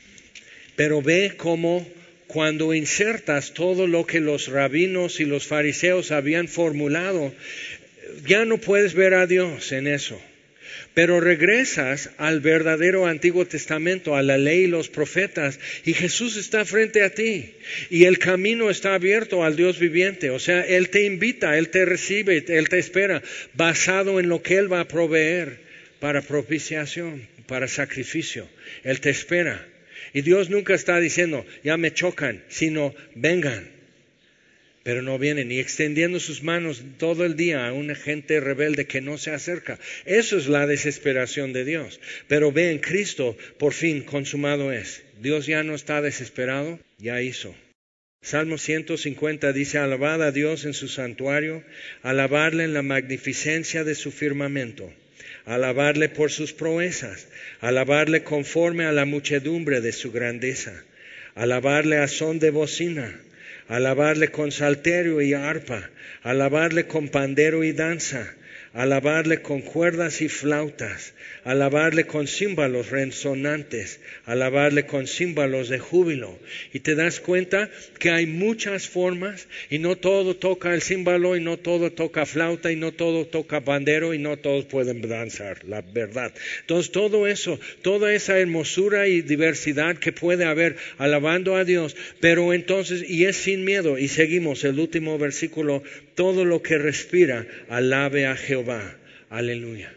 Pero ve cómo cuando insertas todo lo que los rabinos y los fariseos habían formulado, ya no puedes ver a Dios en eso. Pero regresas al verdadero Antiguo Testamento, a la ley y los profetas, y Jesús está frente a ti, y el camino está abierto al Dios viviente. O sea, Él te invita, Él te recibe, Él te espera, basado en lo que Él va a proveer para propiciación, para sacrificio. Él te espera. Y Dios nunca está diciendo, ya me chocan, sino vengan. Pero no vienen, y extendiendo sus manos todo el día a una gente rebelde que no se acerca. Eso es la desesperación de Dios. Pero ve en Cristo, por fin consumado es. Dios ya no está desesperado, ya hizo. Salmo 150 dice, alabad a Dios en su santuario, alabarle en la magnificencia de su firmamento, alabarle por sus proezas, alabarle conforme a la muchedumbre de su grandeza, alabarle a son de bocina, alabarle con salterio y arpa, alabarle con pandero y danza, alabarle con cuerdas y flautas, alabarle con címbalos resonantes, alabarle con címbalos de júbilo. Y te das cuenta que hay muchas formas y no todo toca el címbalo y no todo toca flauta y no todo toca pandero y no todos pueden danzar, la verdad. Entonces todo eso, toda esa hermosura y diversidad que puede haber alabando a Dios, pero entonces, y es sin miedo, y seguimos el último versículo, todo lo que respira, alabe a Jehová. Aleluya.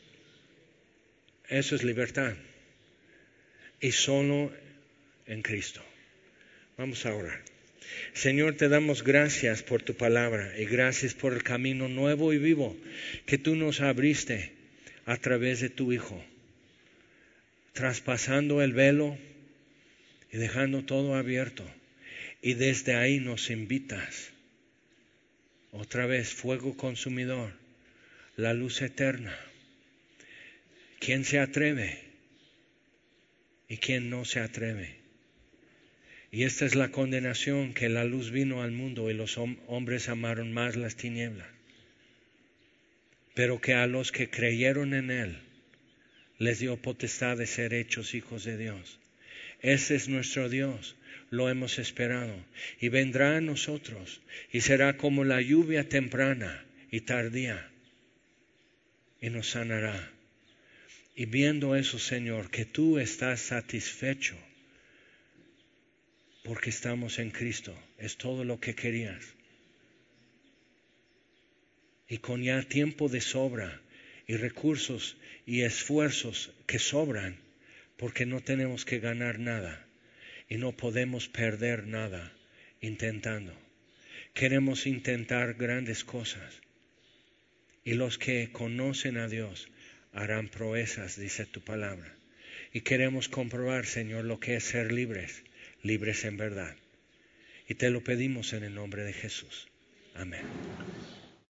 Eso es libertad. Y solo en Cristo. Vamos a orar. Señor, te damos gracias por tu palabra y gracias por el camino nuevo y vivo que tú nos abriste a través de tu Hijo, traspasando el velo y dejando todo abierto. Y desde ahí nos invitas. Otra vez, fuego consumidor, la luz eterna. ¿Quién se atreve? ¿Y quién no se atreve? Y esta es la condenación, que la luz vino al mundo y los hombres amaron más las tinieblas. Pero que a los que creyeron en Él, les dio potestad de ser hechos hijos de Dios. Ese es nuestro Dios. Lo hemos esperado y vendrá a nosotros y será como la lluvia temprana y tardía y nos sanará. Y viendo eso, Señor, que tú estás satisfecho porque estamos en Cristo, es todo lo que querías. Y con ya tiempo de sobra y recursos y esfuerzos que sobran, porque no tenemos que ganar nada. Y no podemos perder nada intentando. Queremos intentar grandes cosas. Y los que conocen a Dios harán proezas, dice tu palabra. Y queremos comprobar, Señor, lo que es ser libres, libres en verdad. Y te lo pedimos en el nombre de Jesús. Amén.